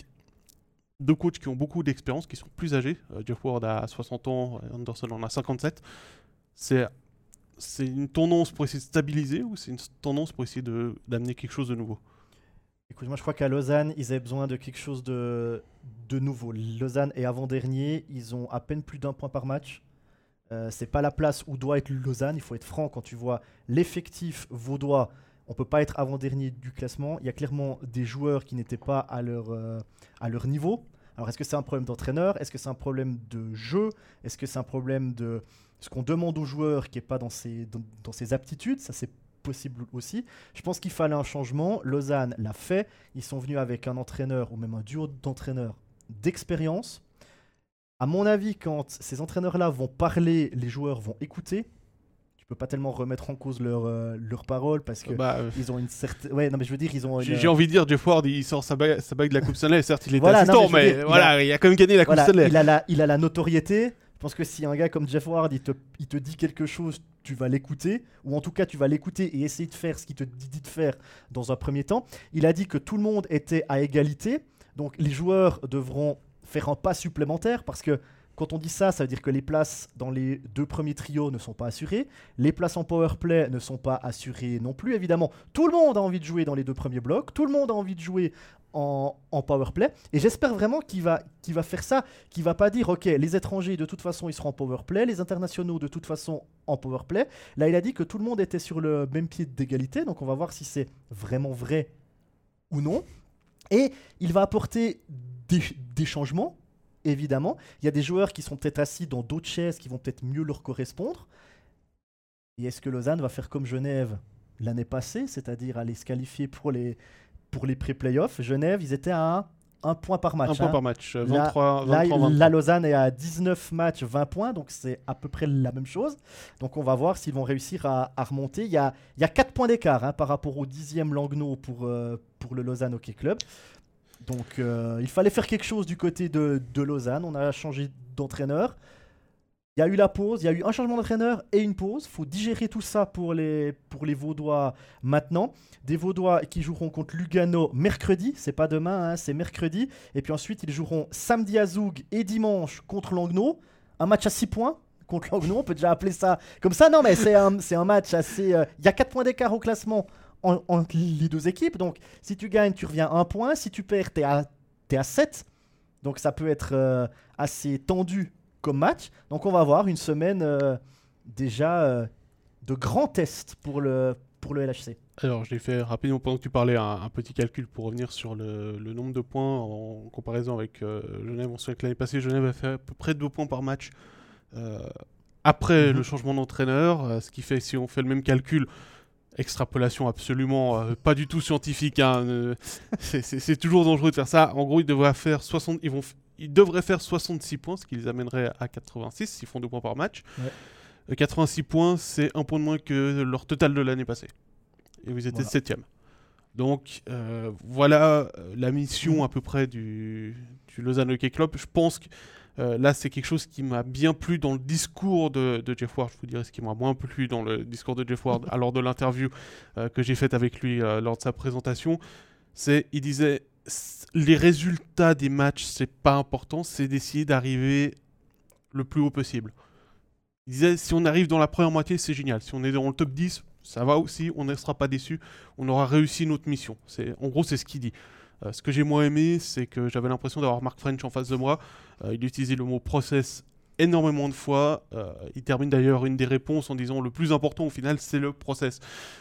2 coachs qui ont beaucoup d'expérience, qui sont plus âgés. Jeff Ward a 60 ans, Anderson en a 57. C'est une tendance pour essayer de stabiliser ou c'est une tendance pour essayer d'amener quelque chose de nouveau? Écoute, moi je crois qu'à Lausanne, ils avaient besoin de quelque chose de nouveau. Lausanne est avant-dernier, ils ont à peine plus d'1 point par match. C'est pas la place où doit être Lausanne, il faut être franc. Quand tu vois l'effectif vaudois, on peut pas être avant-dernier du classement. Il y a clairement des joueurs qui n'étaient pas à leur niveau. Alors est-ce que c'est un problème d'entraîneur? Est-ce que c'est un problème de jeu? Est-ce que c'est un problème de ce qu'on demande aux joueurs qui n'est pas dans ses aptitudes? Ça, c'est possible aussi. Je pense qu'il fallait un changement. Lausanne l'a fait. Ils sont venus avec un entraîneur ou même un duo d'entraîneurs d'expérience. À mon avis, quand ces entraîneurs-là vont parler, les joueurs vont écouter. Tu peux pas tellement remettre en cause leurs paroles parce que ils ont une certaine. Ouais, non mais je veux dire, ils ont. J'ai envie de dire, Jeff Ward, il sort sa bague de la Coupe Stanley. Certes, il est assistant, mais il a quand même gagné la Coupe Stanley. Il a la notoriété. Je pense que si un gars comme Jeff Ward, il te dit quelque chose, tu vas l'écouter, ou en tout cas tu vas l'écouter et essayer de faire ce qu'il te dit de faire dans un premier temps. Il a dit que tout le monde était à égalité, donc les joueurs devront faire un pas supplémentaire, parce que quand on dit ça, ça veut dire que les places dans les 2 premiers trios ne sont pas assurées, les places en powerplay ne sont pas assurées non plus, évidemment. Tout le monde a envie de jouer dans les 2 premiers blocs, tout le monde a envie de jouer en powerplay, et j'espère vraiment qu'il va faire ça, qu'il va pas dire ok, les étrangers de toute façon ils seront en powerplay, les internationaux de toute façon en powerplay. Là il a dit que tout le monde était sur le même pied d'égalité, donc on va voir si c'est vraiment vrai ou non, et il va apporter des changements, évidemment. Il y a des joueurs qui sont peut-être assis dans d'autres chaises qui vont peut-être mieux leur correspondre. Et est-ce que Lausanne va faire comme Genève l'année passée, c'est-à-dire aller se qualifier pour les pré-playoffs? Genève, ils étaient à 1 point par match. Un point par match, 23, là, 23. la Lausanne est à 19 matchs, 20 points, donc c'est à peu près la même chose. Donc on va voir s'ils vont réussir à remonter. Il y a 4 points d'écart par rapport au 10e Langnau pour le Lausanne Hockey Club. Donc il fallait faire quelque chose du côté de Lausanne. On a changé d'entraîneur. Il y a eu la pause, il y a eu un changement d'entraîneur et une pause. Il faut digérer tout ça pour les Vaudois maintenant. Des Vaudois qui joueront contre Lugano mercredi, c'est pas demain, c'est mercredi. Et puis ensuite, ils joueront samedi à Zoug et dimanche contre Langnau. Un match à 6 points contre Langnau, on peut déjà appeler ça comme ça. Non, mais c'est un match assez... Il y a 4 points d'écart au classement entre les deux équipes. Donc, si tu gagnes, tu reviens à 1 point. Si tu perds, t'es à 7. Donc, ça peut être assez tendu comme match. Donc on va avoir une semaine déjà de grands tests pour le LHC. Alors je l'ai fait rapidement pendant que tu parlais, un petit calcul pour revenir sur le nombre de points en comparaison avec Genève. On se souvient que l'année passée, Genève a fait à peu près 2 points par match après le changement d'entraîneur, ce qui fait, si on fait le même calcul, extrapolation absolument pas du tout scientifique, c'est toujours dangereux de faire ça. En gros, ils devraient faire 66 points, ce qui les amènerait à 86 s'ils font 2 points par match. Ouais. 86 points, c'est 1 point de moins que leur total de l'année passée. Et vous étiez 7e. Donc voilà la mission à peu près du Lausanne Hockey Club. Je pense que là, c'est quelque chose qui m'a bien plu dans le discours de Jeff Ward. Je vous dirai ce qui m'a moins plu dans le discours de Jeff Ward lors de l'interview que j'ai faite avec lui lors de sa présentation. Il disait... Les résultats des matchs, c'est pas important, c'est d'essayer d'arriver le plus haut possible. Il disait, si on arrive dans la première moitié, c'est génial. Si on est dans le top 10, ça va aussi, on ne sera pas déçu, on aura réussi notre mission. En gros, c'est ce qu'il dit. Ce que j'ai moins aimé, c'est que j'avais l'impression d'avoir Mark French en face de moi. Il utilisait le mot process énormément de fois. Il termine d'ailleurs une des réponses en disant le plus important au final, c'est le process.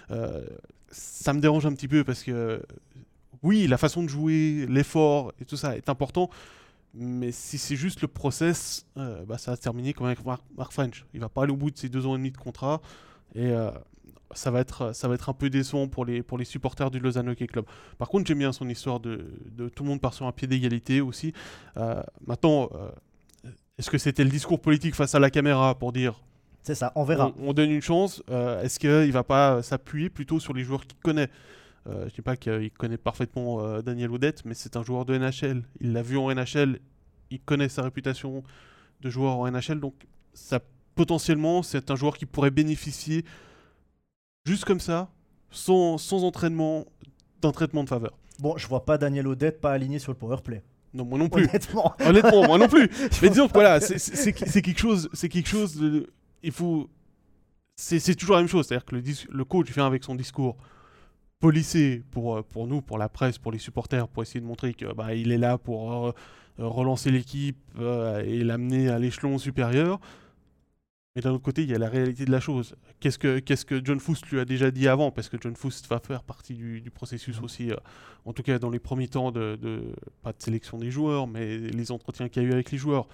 Ça me dérange un petit peu parce que oui, la façon de jouer, l'effort et tout ça est important, mais si c'est juste le process, ça va se terminer comme avec Mark French. Il va pas aller au bout de ses 2 ans et demi de contrat et ça va être un peu décevant pour les supporters du Lausanne Hockey Club. Par contre, j'aime bien son histoire de tout le monde part sur un pied d'égalité aussi. Maintenant, est-ce que c'était le discours politique face à la caméra pour dire c'est ça, on verra. On donne une chance. Est-ce qu'il va pas s'appuyer plutôt sur les joueurs qu'il connaît? Je ne dis pas qu'il connaît parfaitement Daniel Audette, mais c'est un joueur de NHL. Il l'a vu en NHL, il connaît sa réputation de joueur en NHL, donc potentiellement, c'est un joueur qui pourrait bénéficier, juste comme ça, sans entraînement, d'un traitement de faveur. Bon, je vois pas Daniel Audette pas aligné sur le powerplay. Non, moi non plus. Honnêtement, moi non plus. Mais disons que voilà, c'est quelque chose de... Il faut... C'est toujours la même chose, c'est-à-dire que le coach vient avec son discours policé pour nous, pour la presse, pour les supporters, pour essayer de montrer que il est là pour relancer l'équipe et l'amener à l'échelon supérieur. Mais d'un autre côté, il y a la réalité de la chose. Qu'est-ce que John Foust lui a déjà dit avant? Parce que John Foust va faire partie du processus aussi, en tout cas dans les premiers temps pas de sélection des joueurs, mais les entretiens qu'il y a eu avec les joueurs.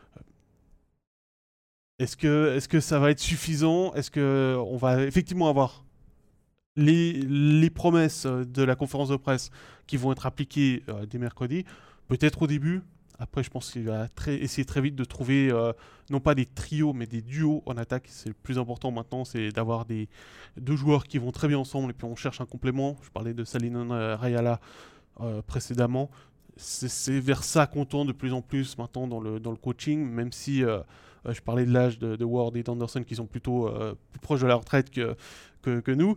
Est-ce que ça va être suffisant? Est-ce qu'on va effectivement avoir les promesses de la conférence de presse qui vont être appliquées dès mercredi? Peut-être au début. Après, je pense qu'il va essayer très vite de trouver non pas des trios, mais des duos en attaque. C'est le plus important maintenant, c'est d'avoir 2 joueurs qui vont très bien ensemble et puis on cherche un complément. Je parlais de Salinan Rayala précédemment. C'est vers ça qu'on tend de plus en plus maintenant dans le coaching, même si je parlais de l'âge de Ward et d'Anderson qui sont plutôt plus proches de la retraite que nous.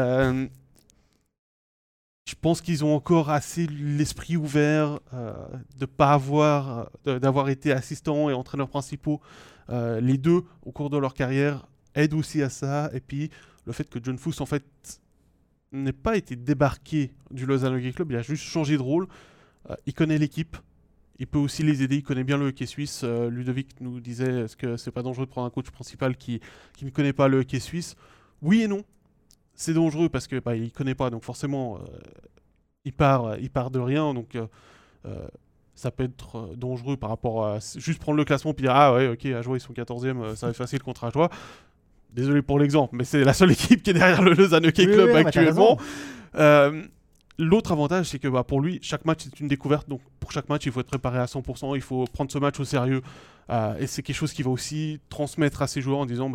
Je pense qu'ils ont encore assez l'esprit ouvert de pas d'avoir été assistants et entraîneurs principaux. Les 2 au cours de leur carrière aident aussi à ça. Et puis le fait que John Foust en fait n'ait pas été débarqué du Lausanne Hockey Club, il a juste changé de rôle. Il connaît l'équipe. Il peut aussi les aider, il connaît bien le hockey suisse. Ludovic nous disait, est-ce que c'est pas dangereux de prendre un coach principal qui ne connaît pas le hockey suisse? Oui et non. C'est dangereux parce que il connaît pas, donc forcément il part de rien. Donc ça peut être dangereux par rapport à juste prendre le classement puis dire ah ouais ok Ajoie ils sont 14e, ça va être facile contre Ajoie. Désolé pour l'exemple, mais c'est la seule équipe qui est derrière le Lausanne Hockey Club actuellement. L'autre avantage, c'est que pour lui, chaque match est une découverte. Donc pour chaque match, il faut être préparé à 100%. Il faut prendre ce match au sérieux. Et c'est quelque chose qu'il va aussi transmettre à ses joueurs en disant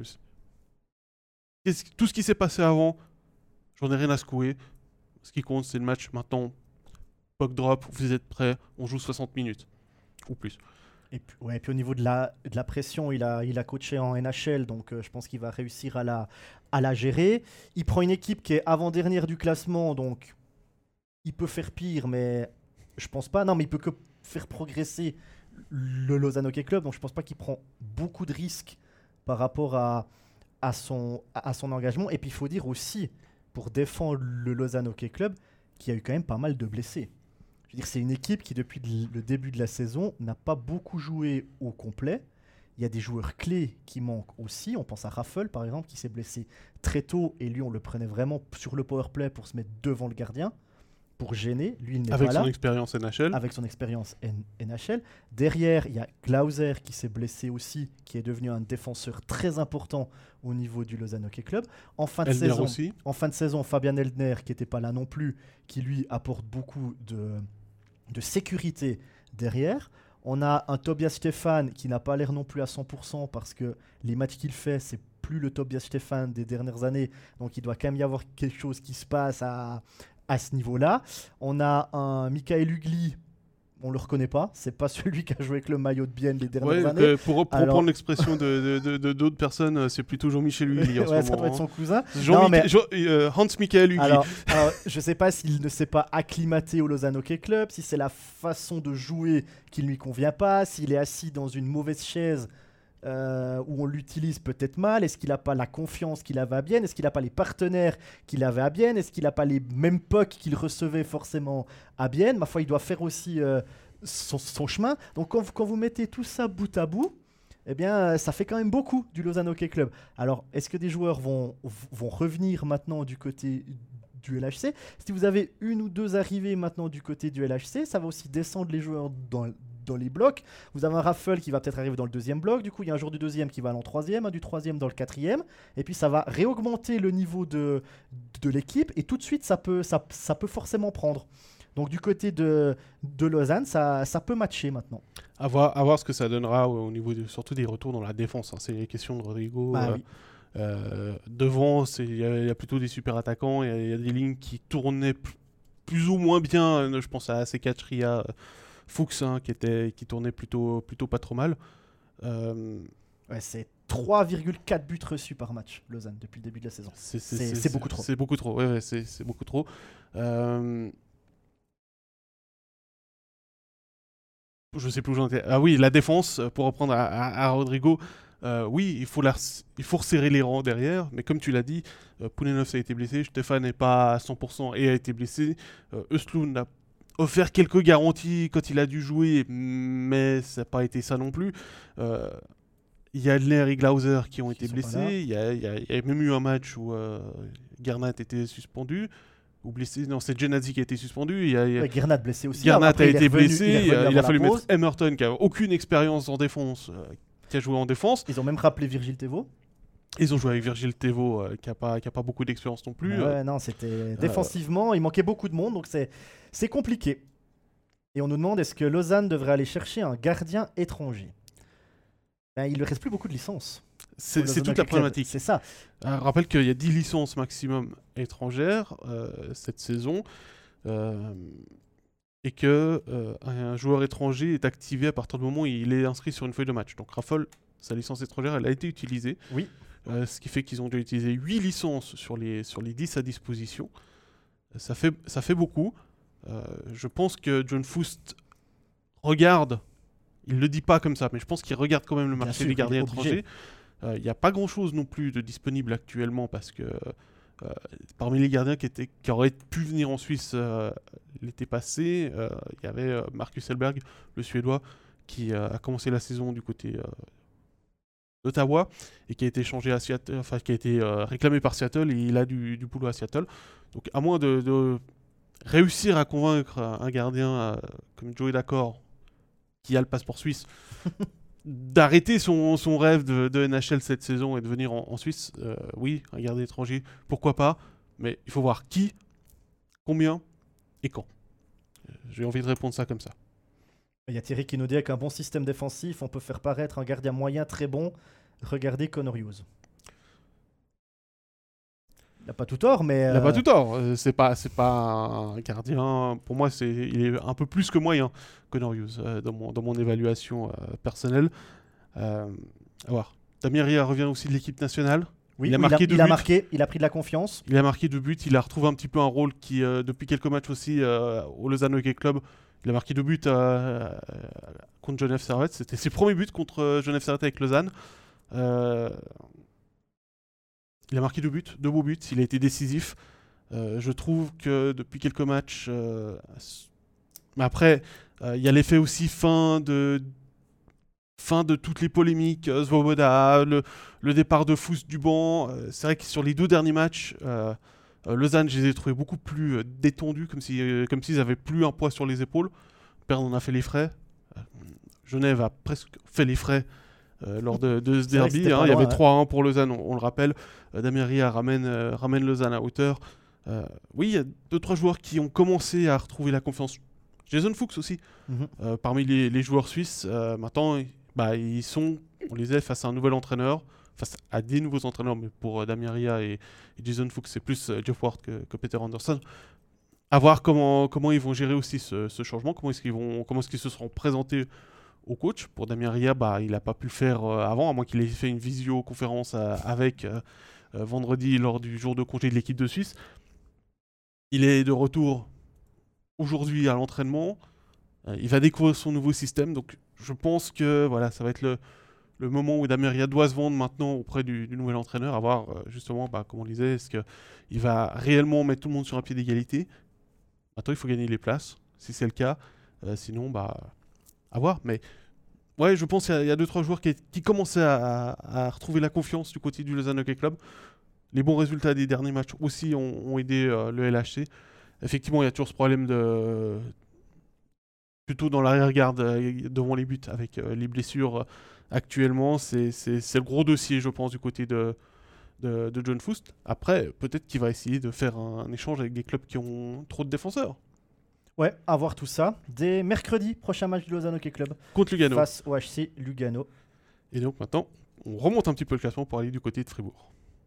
tout ce qui s'est passé avant, j'en ai rien à secouer. Ce qui compte, c'est le match maintenant. Puck drop, vous êtes prêts, on joue 60 minutes ou plus. Et puis au niveau de la pression, il a coaché en NHL, donc je pense qu'il va réussir à la gérer. Il prend une équipe qui est avant-dernière du classement, donc il peut faire pire, mais je pense pas. Non, mais il peut que faire progresser le Lausanne Hockey Club, donc je pense pas qu'il prend beaucoup de risques par rapport à son engagement. Et puis il faut dire aussi, pour défendre le Lausanne Hockey Club, qu'il y a eu quand même pas mal de blessés. Je veux dire, c'est une équipe qui, depuis le début de la saison, n'a pas beaucoup joué au complet. Il y a des joueurs clés qui manquent aussi. On pense à Raffel, par exemple, qui s'est blessé très tôt. Et lui, on le prenait vraiment sur le powerplay pour se mettre devant le gardien, pour gêner. Lui, il n'est pas là. Avec son expérience NHL. Avec son expérience NHL. Derrière, il y a Glauser qui s'est blessé aussi, qui est devenu un défenseur très important au niveau du Lausanne Hockey Club. En fin de saison, Fabian Eldner, qui n'était pas là non plus, qui lui apporte beaucoup de sécurité derrière. On a un Tobias Stephan qui n'a pas l'air non plus à 100% parce que les matchs qu'il fait, c'est plus le Tobias Stephan des dernières années. Donc il doit quand même y avoir quelque chose qui se passe à ce niveau-là. On a un Michael Ugly, on le reconnaît pas. C'est pas celui qui a joué avec le maillot de Bienne les dernières années. Pour reprendre l'expression de d'autres personnes, c'est plutôt Jean-Michel Ugly en ce moment. Ça doit être son cousin. Hans Michael Ugly. Alors, je sais pas s'il ne s'est pas acclimaté au Lausanne Hockey Club, si c'est la façon de jouer qui ne lui convient pas, s'il est assis dans une mauvaise chaise où on l'utilise peut-être mal. Est-ce qu'il n'a pas la confiance qu'il avait à Bienne? Est-ce qu'il n'a pas les partenaires qu'il avait à Bienne? Est-ce qu'il n'a pas les mêmes pucks qu'il recevait forcément à Bienne? Ma foi, il doit faire aussi son chemin. Donc quand vous mettez tout ça bout à bout, eh bien, ça fait quand même beaucoup du Lausanne Hockey Club. Alors, est-ce que des joueurs vont revenir maintenant du côté du LHC? Si vous avez une ou deux arrivées maintenant du côté du LHC, ça va aussi descendre les joueurs dans les blocs. Vous avez un Raffel qui va peut-être arriver dans le deuxième bloc. Du coup, il y a un joueur du deuxième qui va aller en troisième, un du troisième dans le quatrième. Et puis, ça va réaugmenter le niveau de l'équipe. Et tout de suite, ça peut forcément prendre. Donc, du côté de Lausanne, ça peut matcher maintenant. À voir ce que ça donnera au niveau surtout des retours dans la défense. Hein. C'est les questions de Rodrigo. Oui. Devant, il y a plutôt des super attaquants. Il y a des lignes qui tournaient plus ou moins bien. Je pense à C4, Ria, Fuchs, hein, qui tournait plutôt pas trop mal. C'est 3,4 buts reçus par match, Lausanne, depuis le début de la saison. C'est beaucoup trop. C'est beaucoup trop, c'est beaucoup trop. Je sais plus où j'en étais. Ah oui, la défense, pour reprendre à Rodrigo, oui, il faut resserrer les rangs derrière, mais comme tu l'as dit, Poulenov a été blessé, Stéphane n'est pas à 100% et a été blessé, Östlund a offert quelques garanties quand il a dû jouer, mais ça n'a pas été ça non plus. Il y a Adler et Glauser qui ont été blessés. Il y a même eu un match où Gernat était suspendu. Ou blessé. Non, c'est Genadzi qui a été suspendu. Gernat blessé aussi. Gernat a été blessé. Il a fallu mettre Emerton, qui n'a aucune expérience en défense, qui a joué en défense. Ils ont même rappelé Virgile Thévault. Ils ont joué avec Virgile Thévault, qui n'a pas beaucoup d'expérience non plus. Non, c'était défensivement, il manquait beaucoup de monde, donc c'est compliqué. Et on nous demande, est-ce que Lausanne devrait aller chercher un gardien étranger? Il ne reste plus beaucoup de licences. C'est toute la problématique. C'est ça. Rappelle qu'il y a 10 licences maximum étrangères cette saison et qu'un joueur étranger est activé à partir du moment où il est inscrit sur une feuille de match. Donc Raffel, sa licence étrangère, elle a été utilisée. Oui. Ce qui fait qu'ils ont déjà utilisé 8 licences sur les 10 à disposition. Ça fait beaucoup. Je pense que John Foust regarde, il ne le dit pas comme ça, mais je pense qu'il regarde quand même le marché des gardiens étrangers. Il n'y a pas grand-chose non plus de disponible actuellement parce que parmi les gardiens qui auraient pu venir en Suisse l'été passé, il y avait Marcus Hellberg, le Suédois, qui a commencé la saison du côté d'Ottawa et qui a été échangé à Seattle, qui a été réclamé par Seattle et il a du boulot à Seattle. Donc à moins réussir à convaincre un gardien comme Joey D'accord, qui a le passeport suisse, d'arrêter son rêve de NHL cette saison et de venir en Suisse, oui, un gardien étranger, pourquoi pas, mais il faut voir qui, combien et quand. J'ai envie de répondre ça comme ça. Il y a Thierry qui nous dit qu'un bon système défensif, on peut faire paraître un gardien moyen très bon. Regardez Connor Hughes. Il n'a pas tout tort, mais... Il n'a pas tout tort. C'est pas un gardien... Pour moi, il est un peu plus que moyen, Connor Hughes, dans mon évaluation personnelle. À voir. Damien Ria revient aussi de l'équipe nationale. Oui, il a marqué 2 buts. Il a pris de la confiance. Il a marqué 2 buts. Il a retrouvé un petit peu un rôle qui, depuis quelques matchs aussi, au Lausanne Hockey Club, il a marqué 2 buts contre Genève Servette. C'était ses premiers buts contre Genève Servette avec Lausanne. Il a marqué 2 buts, 2 beaux buts. Il a été décisif. Je trouve que depuis quelques matchs... Mais après, il y a l'effet aussi fin de toutes les polémiques, Svoboda, le départ de Fous du banc. C'est vrai que sur les 2 derniers matchs, Lausanne, je les ai trouvés beaucoup plus détendus, comme s'ils avaient plus un poids sur les épaules. Berne en a fait les frais. Genève a presque fait les frais lors de ce derby. Il y avait 3-1 pour Lausanne, on le rappelle. Damien Ria ramène Lausanne à hauteur. Oui, il y a 2-3 joueurs qui ont commencé à retrouver la confiance. Jason Fuchs aussi, parmi les joueurs suisses. Maintenant, on les est face à un nouvel entraîneur, face à des nouveaux entraîneurs, mais pour Damien Ria et Jason Fuchs, c'est plus Jeff Ward que Peter Anderson. À voir comment ils vont gérer aussi ce changement, comment est-ce qu'ils se seront présentés au coach. Pour Damien Ria, il n'a pas pu le faire avant, à moins qu'il ait fait une visioconférence avec vendredi lors du jour de congé de l'équipe de Suisse. Il est de retour aujourd'hui à l'entraînement. Il va découvrir son nouveau système, donc je pense que ça va être le moment où Damien Ria doit se vendre maintenant auprès du nouvel entraîneur, à voir justement, comme on disait, est-ce qu'il va réellement mettre tout le monde sur un pied d'égalité. Maintenant, il faut gagner les places, si c'est le cas. Sinon, à voir. Mais ouais, je pense qu'il y a 2-3 joueurs qui commençaient à retrouver la confiance du côté du Lausanne Hockey Club. Les bons résultats des derniers matchs aussi ont aidé le LHC. Effectivement, il y a toujours ce problème plutôt dans l'arrière-garde devant les buts avec les blessures actuellement. C'est le gros dossier, je pense, du côté de John Foust. Après, peut-être qu'il va essayer de faire un échange avec des clubs qui ont trop de défenseurs. Ouais, à voir tout ça. Dès mercredi, prochain match du Lausanne Hockey Club. Contre Lugano. Face au HC Lugano. Et donc maintenant, on remonte un petit peu le classement pour aller du côté de Fribourg.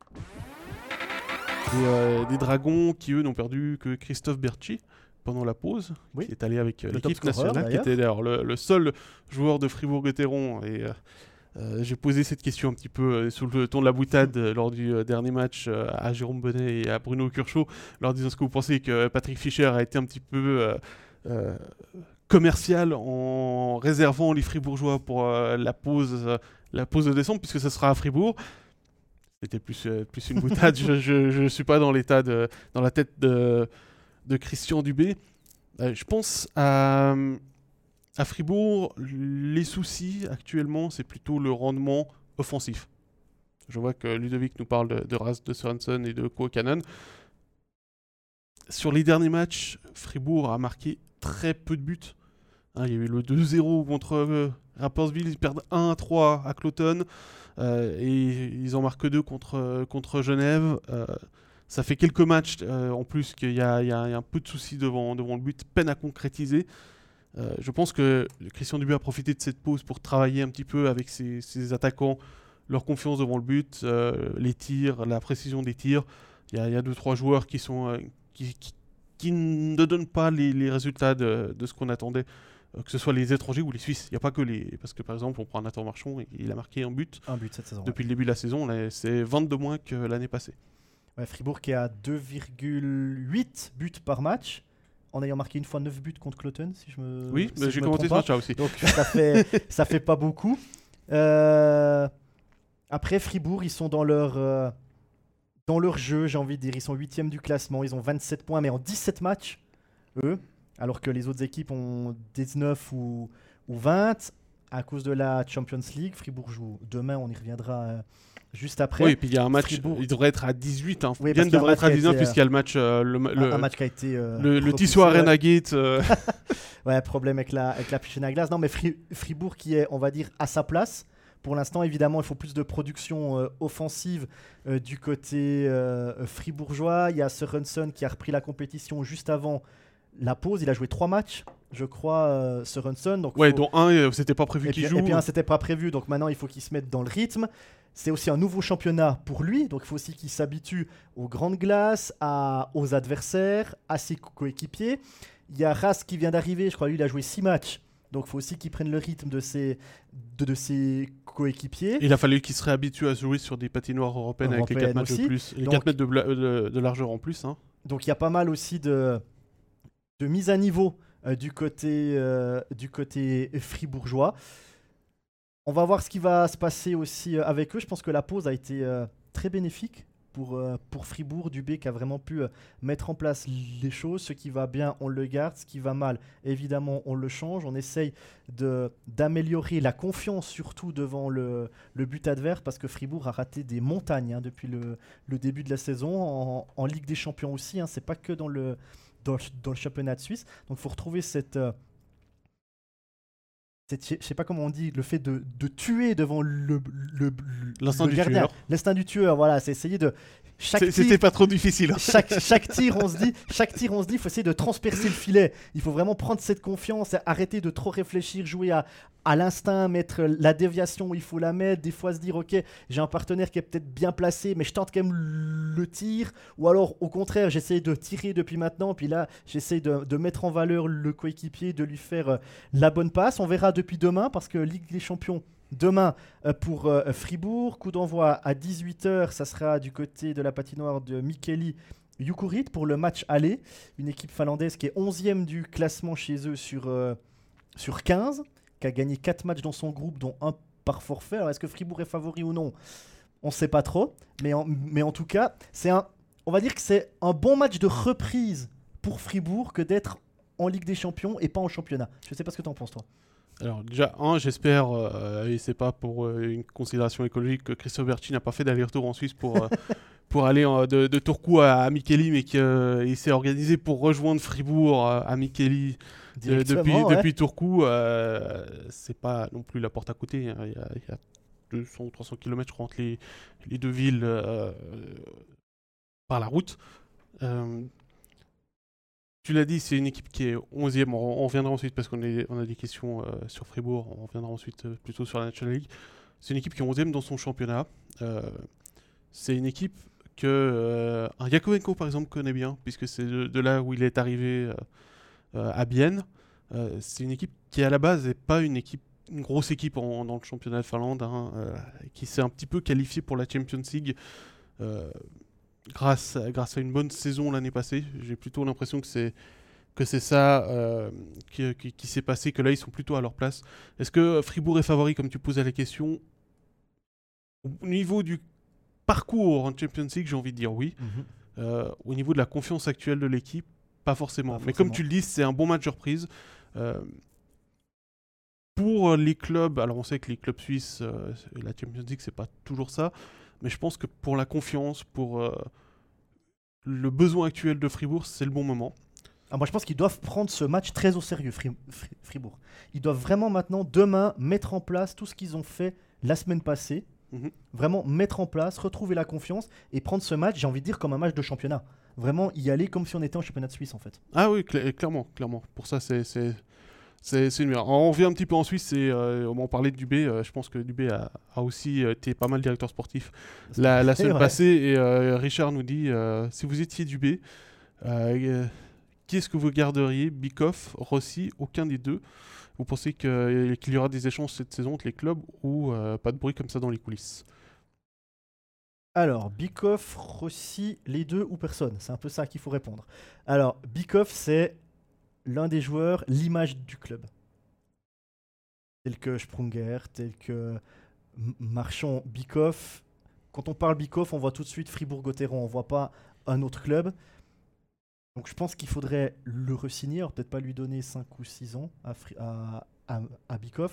Des Dragons qui, eux, n'ont perdu que Christophe Berchi pendant la pause, qui est allé avec l'équipe nationale, qui était d'ailleurs le seul joueur de Fribourg-Gotteron. Et j'ai posé cette question un petit peu sous le ton de la boutade lors du dernier match à Jérôme Bonnet et à Bruno Curchot, leur disant ce que vous pensez que Patrick Fischer a été un petit peu commercial en réservant les Fribourgeois pour la pause de décembre, puisque ce sera à Fribourg. C'était plus une boutade. Je ne suis pas dans la tête de Christian Dubé. Je pense à Fribourg, les soucis actuellement, c'est plutôt le rendement offensif. Je vois que Ludovic nous parle de Ras de Sørensen et de Kuokkanen. Sur les derniers matchs, Fribourg a marqué très peu de buts. Il y a eu le 2-0 contre Rapperswil, ils perdent 1-3 à Cloton. Et ils en marquent 2 contre Genève. Ça fait quelques matchs en plus qu'il y a un peu de soucis devant le but, peine à concrétiser. Je pense que Christian Dubé a profité de cette pause pour travailler un petit peu avec ses attaquants, leur confiance devant le but, les tirs, la précision des tirs. Il y a 2-3 joueurs qui ne donnent pas les résultats de ce qu'on attendait. Que ce soit les étrangers ou les Suisses. Il n'y a pas que les... Parce que par exemple, on prend Nathan Marchand, et il a marqué un but cette saison. Depuis le début de la saison, là, c'est 22 moins que l'année passée. Ouais, Fribourg qui a 2,8 buts par match, en ayant marqué une fois 9 buts contre Cloton, si je me Oui, mais j'ai commenté ce match-là aussi. Donc ça fait pas beaucoup. Après, Fribourg, ils sont dans leur jeu, j'ai envie de dire. Ils sont 8e du classement, ils ont 27 points, mais en 17 matchs, eux. Alors que les autres équipes ont 19 ou 20. à cause de la Champions League. Fribourg joue demain, on y reviendra juste après. Oui, et puis il y a un match, Fribourg... il devrait être à 18. Hein. Oui, Vienne devrait être à 19 puisqu'il y a le match. Un match qui a été. Le Tissot Arena Gate. Ouais, problème avec la chaîne à glace. Non, mais Fribourg qui est, on va dire, à sa place. Pour l'instant, évidemment, il faut plus de production offensive du côté fribourgeois. Il y a Sørensen qui a repris la compétition juste avant la pause. Il a joué 3 matchs, je crois, Sørensen. Ouais, dont un, c'était pas prévu qu'il joue. Et puis un, c'était pas prévu. Donc maintenant, il faut qu'il se mette dans le rythme. C'est aussi un nouveau championnat pour lui. Donc il faut aussi qu'il s'habitue aux grandes glaces, aux adversaires, à ses coéquipiers. Il y a Ras qui vient d'arriver. Je crois lui, il a joué 6 matchs. Donc il faut aussi qu'il prenne le rythme de ses coéquipiers. Il a fallu qu'il serait habitué à jouer sur des patinoires européennes avec les 4 matchs de plus. Les 4 mètres de largeur en plus. Hein. Donc il y a pas mal aussi de mise à niveau du côté fribourgeois. On va voir ce qui va se passer aussi avec eux. Je pense que la pause a été très bénéfique pour Fribourg. Dubé qui a vraiment pu mettre en place les choses. Ce qui va bien, on le garde. Ce qui va mal, évidemment, on le change. On essaye d'améliorer la confiance, surtout devant le but adverse, parce que Fribourg a raté des montagnes depuis le début de la saison. En Ligue des Champions aussi, hein. C'est pas que dans le championnat de Suisse. Donc il faut retrouver cette je sais pas comment on dit, le fait de tuer devant l'instinct du gardien. tueur. L'instinct du tueur, voilà, c'est essayer de... C'était pas trop difficile. Chaque tir, on se dit, il faut essayer de transpercer le filet. Il faut vraiment prendre cette confiance, arrêter de trop réfléchir, jouer à l'instinct, mettre la déviation où il faut la mettre. Des fois se dire, ok, j'ai un partenaire qui est peut-être bien placé, mais je tente quand même le tir. Ou alors, au contraire, j'essaie de tirer depuis maintenant. Puis là, j'essaie de mettre en valeur le coéquipier, de lui faire la bonne passe. On verra depuis demain, parce que Ligue des Champions, demain pour Fribourg, coup d'envoi à 18h, ça sera du côté de la patinoire de Mikkeli Jukurit pour le match aller. Une équipe finlandaise qui est 11e du classement chez eux sur 15, qui a gagné 4 matchs dans son groupe, dont un par forfait. Alors est-ce que Fribourg est favori ou non ? On ne sait pas trop, mais en tout cas, on va dire que c'est un bon match de reprise pour Fribourg que d'être en Ligue des Champions et pas en championnat. Je ne sais pas ce que tu en penses, toi. Alors déjà, j'espère, et c'est pas pour une considération écologique, que Christophe Berchi n'a pas fait d'aller-retour en Suisse pour aller de Turku à Mikkeli, mais qu'il s'est organisé pour rejoindre Fribourg à Mikkeli depuis Turku. C'est pas non plus la porte à côté. Hein. Il y a 200 ou 300 km, je crois, entre les deux villes par la route. Tu l'as dit, c'est une équipe qui est 11e. On reviendra ensuite parce qu'on a des questions sur Fribourg. On reviendra ensuite plutôt sur la National League. C'est une équipe qui est 11e dans son championnat. C'est une équipe que un Yakovenko, par exemple, connaît bien, puisque c'est de là où il est arrivé à Bienne. C'est une équipe qui, à la base, n'est pas une grosse équipe dans le championnat de Finlande, hein, qui s'est un petit peu qualifiée pour la Champions League. Grâce à une bonne saison l'année passée. J'ai plutôt l'impression que c'est ça qui s'est passé, que là ils sont plutôt à leur place. Est-ce que Fribourg est favori, comme tu posais la question ? Au niveau du parcours en Champions League, j'ai envie de dire oui. Au niveau de la confiance actuelle de l'équipe, pas forcément. Mais comme tu le dis, c'est un bon match de reprise. Pour les clubs, alors on sait que les clubs suisses, la Champions League, c'est pas toujours ça. Mais je pense que pour la confiance, pour le besoin actuel de Fribourg, c'est le bon moment. Moi, je pense qu'ils doivent prendre ce match très au sérieux, Fribourg. Ils doivent vraiment maintenant, demain, mettre en place tout ce qu'ils ont fait la semaine passée. Vraiment mettre en place, retrouver la confiance et prendre ce match, j'ai envie de dire, comme un match de championnat. Vraiment y aller comme si on était en championnat de Suisse, en fait. Ah oui, clairement. Pour ça, c'est une meilleure. On revient un petit peu en Suisse et on parlait de Dubé. Je pense que Dubé a aussi été pas mal directeur sportif la semaine passée. Et Richard nous dit, si vous étiez Dubé, qui est-ce que vous garderiez ? Bikoff, Rossi, aucun des deux ? Vous pensez qu'il y aura des échanges cette saison entre les clubs ou pas de bruit comme ça dans les coulisses ? Alors, Bikoff, Rossi, les deux ou personne ? C'est un peu ça qu'il faut répondre. Alors, Bikoff, c'est l'un des joueurs, l'image du club. Tel que Sprunger, tel que Marchand, Bikoff. Quand on parle Bikoff, on voit tout de suite Fribourg-Gotteron, on ne voit pas un autre club. Donc je pense qu'il faudrait le re-signer, peut-être pas lui donner 5 ou 6 ans à Bikoff.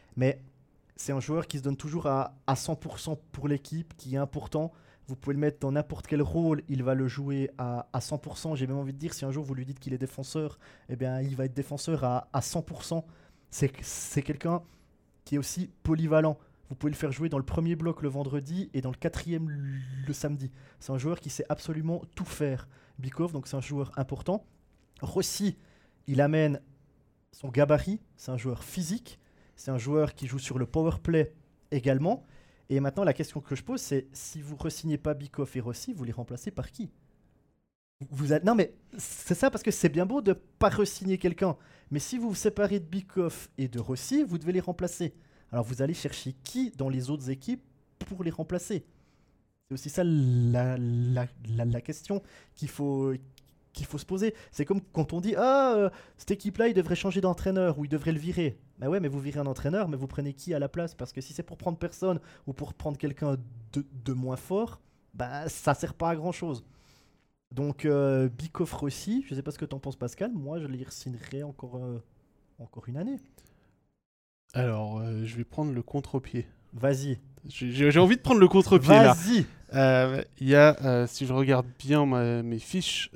Mais c'est un joueur qui se donne toujours à 100% pour l'équipe, qui est important. Vous pouvez le mettre dans n'importe quel rôle, il va le jouer à 100%. J'ai même envie de dire, si un jour vous lui dites qu'il est défenseur, eh bien, il va être défenseur à 100%. C'est quelqu'un qui est aussi polyvalent. Vous pouvez le faire jouer dans le premier bloc le vendredi et dans le quatrième le samedi. C'est un joueur qui sait absolument tout faire. Bikov, donc c'est un joueur important. Rossi, il amène son gabarit, c'est un joueur physique, c'est un joueur qui joue sur le power play également. Et maintenant, la question que je pose, c'est si vous ne re-signez pas Bikov et Rossi, vous les remplacez par qui? Non, mais c'est ça, parce que c'est bien beau de ne pas re-signer quelqu'un. Mais si vous vous séparez de Bikov et de Rossi, vous devez les remplacer. Alors vous allez chercher qui dans les autres équipes pour les remplacer? C'est aussi ça la question qu'il faut se poser. C'est comme quand on dit cette équipe-là, il devrait changer d'entraîneur ou il devrait le virer. Bah ouais, mais vous virez un entraîneur, mais vous prenez qui à la place? Parce que si c'est pour prendre personne ou pour prendre quelqu'un de moins fort, bah ça sert pas à grand-chose. Donc Bikov Rossi, je sais pas ce que t'en penses Pascal, moi je les re-signerais encore une année. Alors, je vais prendre le contre-pied. Vas-y. J'ai envie de prendre le contre-pied là. Vas-y. Il y a, si je regarde bien mes fiches,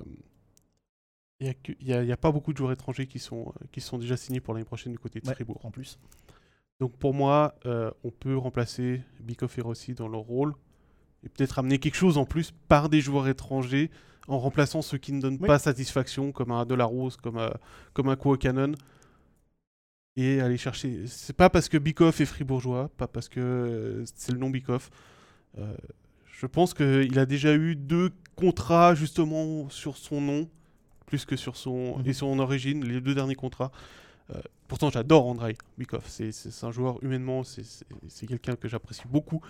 il y a pas beaucoup de joueurs étrangers qui sont déjà signés pour l'année prochaine du côté de Fribourg. En plus. Donc pour moi, on peut remplacer Bikov et Rossi dans leur rôle et peut-être amener quelque chose en plus par des joueurs étrangers en remplaçant ceux qui ne donnent pas satisfaction, comme un Delarose, comme un Kuokkanen. Et aller chercher. C'est pas parce que Bikov est fribourgeois, pas parce que c'est le nom Bikov. Je pense qu'il a déjà eu 2 contrats justement sur son nom, plus que sur son origine, les 2 derniers contrats. Pourtant, j'adore Andrei Bikov. C'est un joueur humainement, c'est quelqu'un que j'apprécie beaucoup.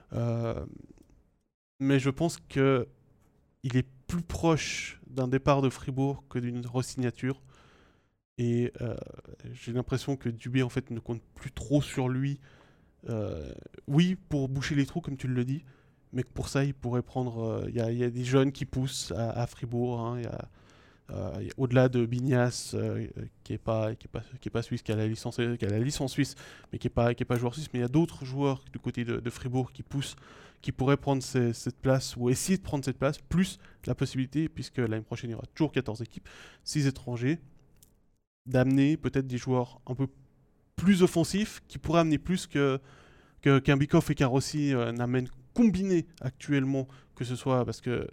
Mais je pense qu'il est plus proche d'un départ de Fribourg que d'une re-signature. Et j'ai l'impression que Dubé en fait ne compte plus trop sur lui. Oui, pour boucher les trous comme tu le dis, mais pour ça il pourrait prendre. Il y a des jeunes qui poussent à Fribourg. Hein, au-delà de Bignas qui est pas suisse, qui a la licence suisse, mais qui est pas joueur suisse. Mais il y a d'autres joueurs du côté de Fribourg qui poussent, qui pourraient prendre cette place ou essayer de prendre cette place, plus la possibilité, puisque l'année prochaine il y aura toujours 14 équipes, 6 étrangers, d'amener peut-être des joueurs un peu plus offensifs qui pourraient amener plus qu'un Bikov et qu'un Rossi n'amènent combiné actuellement, que ce soit parce que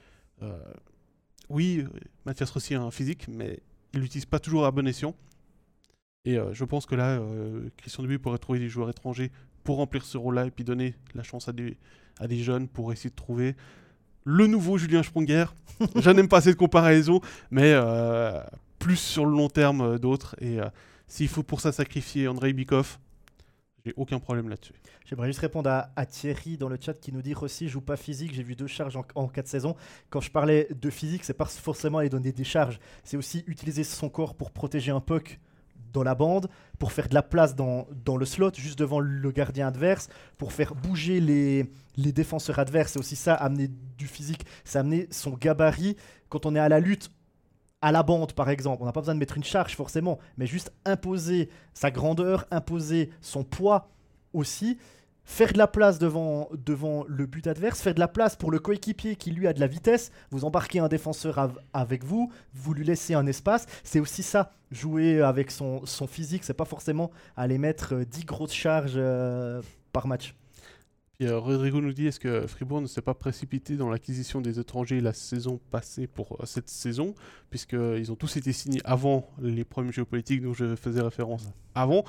oui, Mathias Rossi a un physique, mais il l'utilise pas toujours à bon escient. Et je pense que là, Christian Dubé pourrait trouver des joueurs étrangers pour remplir ce rôle-là et puis donner la chance à des jeunes pour essayer de trouver le nouveau Julien Sprunger. Je n'aime pas cette comparaison, mais plus sur le long terme d'autres. Et s'il faut pour ça sacrifier Andrei Bikov, j'ai aucun problème là-dessus. J'aimerais juste répondre à Thierry dans le chat qui nous dit Rossi joue pas physique, j'ai vu 2 charges en 4 saisons. Quand je parlais de physique, c'est pas forcément aller donner des charges, c'est aussi utiliser son corps pour protéger un puck dans la bande, pour faire de la place dans le slot, juste devant le gardien adverse, pour faire bouger les défenseurs adverses. C'est aussi ça, amener du physique, c'est amener son gabarit. Quand on est à la lutte, à la bande par exemple, on n'a pas besoin de mettre une charge forcément, mais juste imposer sa grandeur, imposer son poids aussi, faire de la place devant le but adverse, faire de la place pour le coéquipier qui lui a de la vitesse, vous embarquez un défenseur avec vous, vous lui laissez un espace, c'est aussi ça, jouer avec son physique, c'est pas forcément aller mettre 10 grosses charges par match. Et Rodrigo nous dit, est-ce que Fribourg ne s'est pas précipité dans l'acquisition des étrangers la saison passée pour cette saison, puisqu'ils ont tous été signés avant les problèmes géopolitiques dont je faisais référence avant.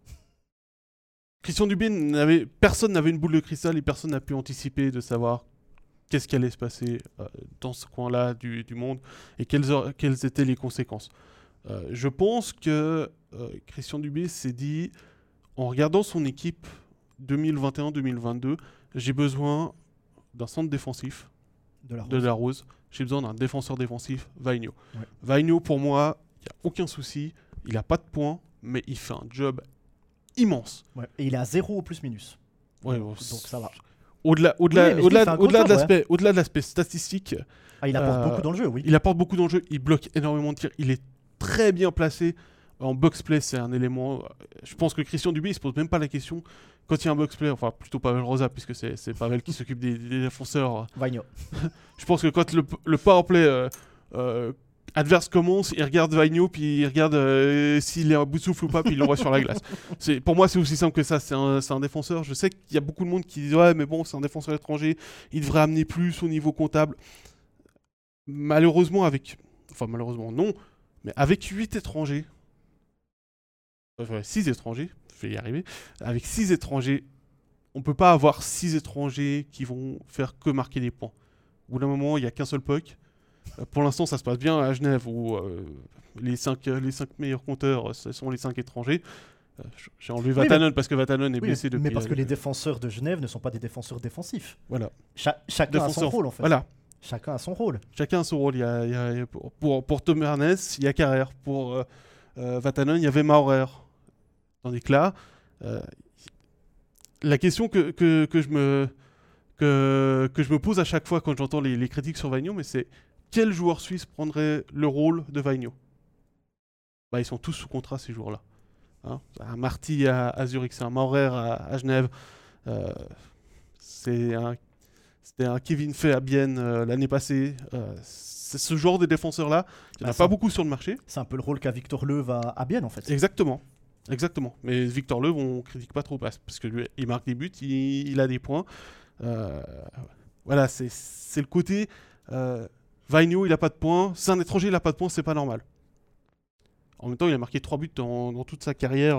Christian Dubé, personne n'avait une boule de cristal et personne n'a pu anticiper de savoir qu'est-ce qui allait se passer dans ce coin-là du monde et quelles étaient les conséquences. Je pense que Christian Dubé s'est dit, en regardant son équipe 2021-2022, j'ai besoin d'un centre défensif de la Rose. J'ai besoin d'un défenseur défensif, Vainio. Ouais. Vainio, pour moi, il n'y a aucun souci. Il n'a pas de points, mais il fait un job immense. Ouais. Et il est à 0 au plus-minus. Ouais, donc ça va. Au-delà de l'aspect statistique, il apporte beaucoup dans le jeu, oui. Il apporte beaucoup dans le jeu, il bloque énormément de tirs, il est très bien placé En box-play, c'est un élément. Je pense que Christian Dubé, il se pose même pas la question. Quand il y a un box-play, enfin plutôt Pavel Rosa, puisque c'est Pavel qui s'occupe des défenseurs. Vagno. Je pense que quand le powerplay adverse commence, il regarde Vagno, puis il regarde s'il est à bout de souffle ou pas, puis il l'envoie sur la glace. Pour moi, c'est aussi simple que ça. C'est un défenseur. Je sais qu'il y a beaucoup de monde qui dit ouais, mais bon, c'est un défenseur étranger. Il devrait amener plus au niveau comptable. Malheureusement, malheureusement non, mais avec 8 étrangers. 6 étrangers, je vais y arriver. Avec 6 étrangers, on peut pas avoir 6 étrangers qui vont faire que marquer des points. Au bout d'un moment, il n'y a qu'un seul puck. Pour l'instant, ça se passe bien à Genève où les 5 meilleurs compteurs, ce sont les 5 étrangers. J'ai enlevé Vatanen parce que Vatanen est blessé depuis. Mais parce que les défenseurs de Genève ne sont pas des défenseurs défensifs. Voilà. Chacun a son rôle en fait. Voilà. Chacun a son rôle. Chacun a son rôle. Pour Tom Ernest, il y a Carrère. Pour Vatanen, il y avait Maurer. Tandis que là, la question que je me pose à chaque fois quand j'entends les critiques sur Vagno, mais c'est quel joueur suisse prendrait le rôle de Vagno ? Ils sont tous sous contrat ces joueurs-là. Hein, un Marty à Zurich, c'est un Maurer à Genève, c'était un Kevin Fay à Bienne l'année passée. C'est ce genre de défenseurs-là. Il n'y en a pas beaucoup sur le marché. C'est un peu le rôle qu'a Victor Leuve à Bienne en fait. Exactement. Mais Victor Leuve, on critique pas trop parce que lui, il marque des buts, il a des points. Voilà, c'est le côté Vagno, il a pas de points. C'est un étranger, il a pas de points, c'est pas normal. En même temps, il a marqué 3 buts dans toute sa carrière.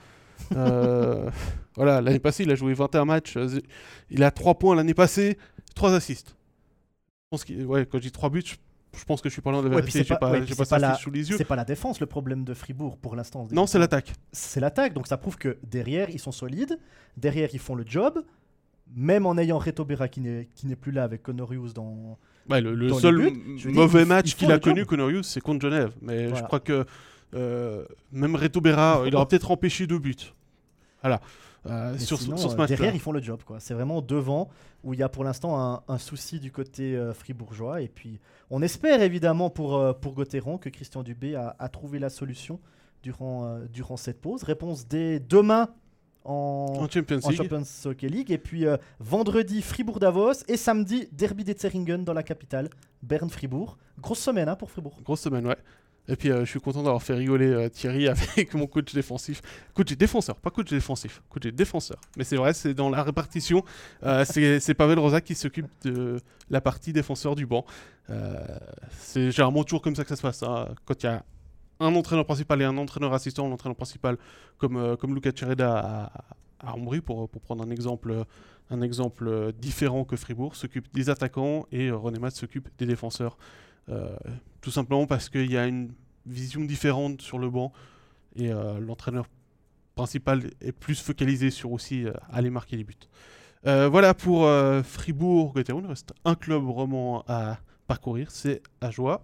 Voilà, l'année passée, il a joué 21 matchs. Il a 3 points l'année passée, 3 assists. Je pense quand je dis 3 buts, je pense que je suis pas loin de la vérité. J'ai pas ça sous les yeux. C'est pas la défense le problème de Fribourg pour l'instant. Non, c'est l'attaque. C'est l'attaque, donc ça prouve que derrière, ils sont solides. Derrière, ils font le job. Même en ayant Reto Berra qui n'est plus là avec Connor Hughes dans. Le seul mauvais match qu'il a connu, Connor Hughes, c'est contre Genève. Mais voilà. Je crois que même Reto Berra, il aura peut-être empêché 2 buts. Voilà. Sur ce match. Derrière, ils font le job. C'est vraiment devant où il y a pour l'instant un souci du côté fribourgeois. Et puis, on espère évidemment pour Gauthieron que Christian Dubé a trouvé la solution durant cette pause. Réponse dès demain en Champions Hockey League. Et puis vendredi, Fribourg-Davos. Et samedi, Derby d'Etzeringen dans la capitale, Berne-Fribourg. Grosse semaine pour Fribourg. Grosse semaine, ouais. Et puis je suis content d'avoir fait rigoler Thierry avec mon coach défensif. Coach défenseur, pas coach défensif, coach défenseur. Mais c'est vrai, c'est dans la répartition. C'est Pavel Rosa qui s'occupe de la partie défenseur du banc. C'est généralement toujours comme ça que ça se passe. Hein. Quand il y a un entraîneur principal et un entraîneur assistant, l'entraîneur principal, comme Luca Cereda à Ambry, pour prendre un exemple différent que Fribourg, s'occupe des attaquants et René Mat s'occupe des défenseurs. Tout simplement parce qu'il y a une vision différente sur le banc et l'entraîneur principal est plus focalisé sur aussi aller marquer les buts. Voilà pour Fribourg-Gauthieron. Il reste un club roman à parcourir, c'est Ajoie.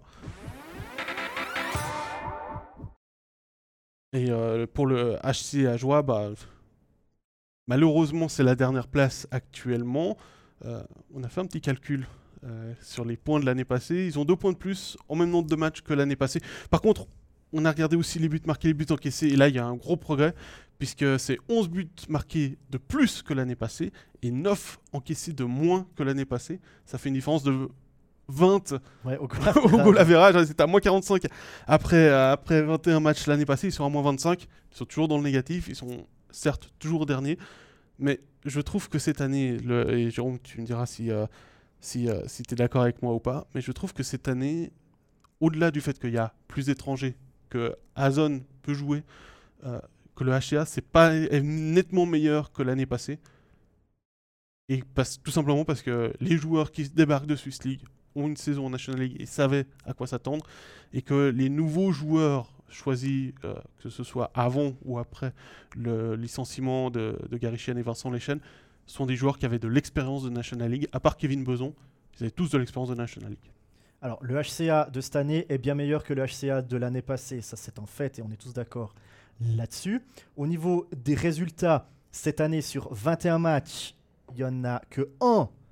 Et pour le HC Ajoie, malheureusement c'est la dernière place actuellement. On a fait un petit calcul sur les points de l'année passée. Ils ont 2 points de plus en même nombre de matchs que l'année passée. Par contre, on a regardé aussi les buts marqués, les buts encaissés. Et là, il y a un gros progrès, puisque c'est 11 buts marqués de plus que l'année passée et 9 encaissés de moins que l'année passée. Ça fait une différence de 20 au goal average. C'était à moins 45 après 21 matchs l'année passée. Ils sont à moins 25. Ils sont toujours dans le négatif. Ils sont certes toujours derniers. Mais je trouve que cette année, et Jérôme, tu me diras si tu es d'accord avec moi ou pas, mais je trouve que cette année, au-delà du fait qu'il y a plus d'étrangers, que Azon peut jouer, que le HCA est nettement meilleur que l'année passée. Et tout simplement parce que les joueurs qui débarquent de Swiss League ont une saison en National League et savaient à quoi s'attendre, et que les nouveaux joueurs choisis, que ce soit avant ou après le licenciement de Gary Chien et Vincent Lechen, sont des joueurs qui avaient de l'expérience de National League, à part Kevin Beson, ils avaient tous de l'expérience de National League. Alors, le HCA de cette année est bien meilleur que le HCA de l'année passée, ça c'est un fait et on est tous d'accord là-dessus. Au niveau des résultats, cette année sur 21 matchs, il n'y en a que un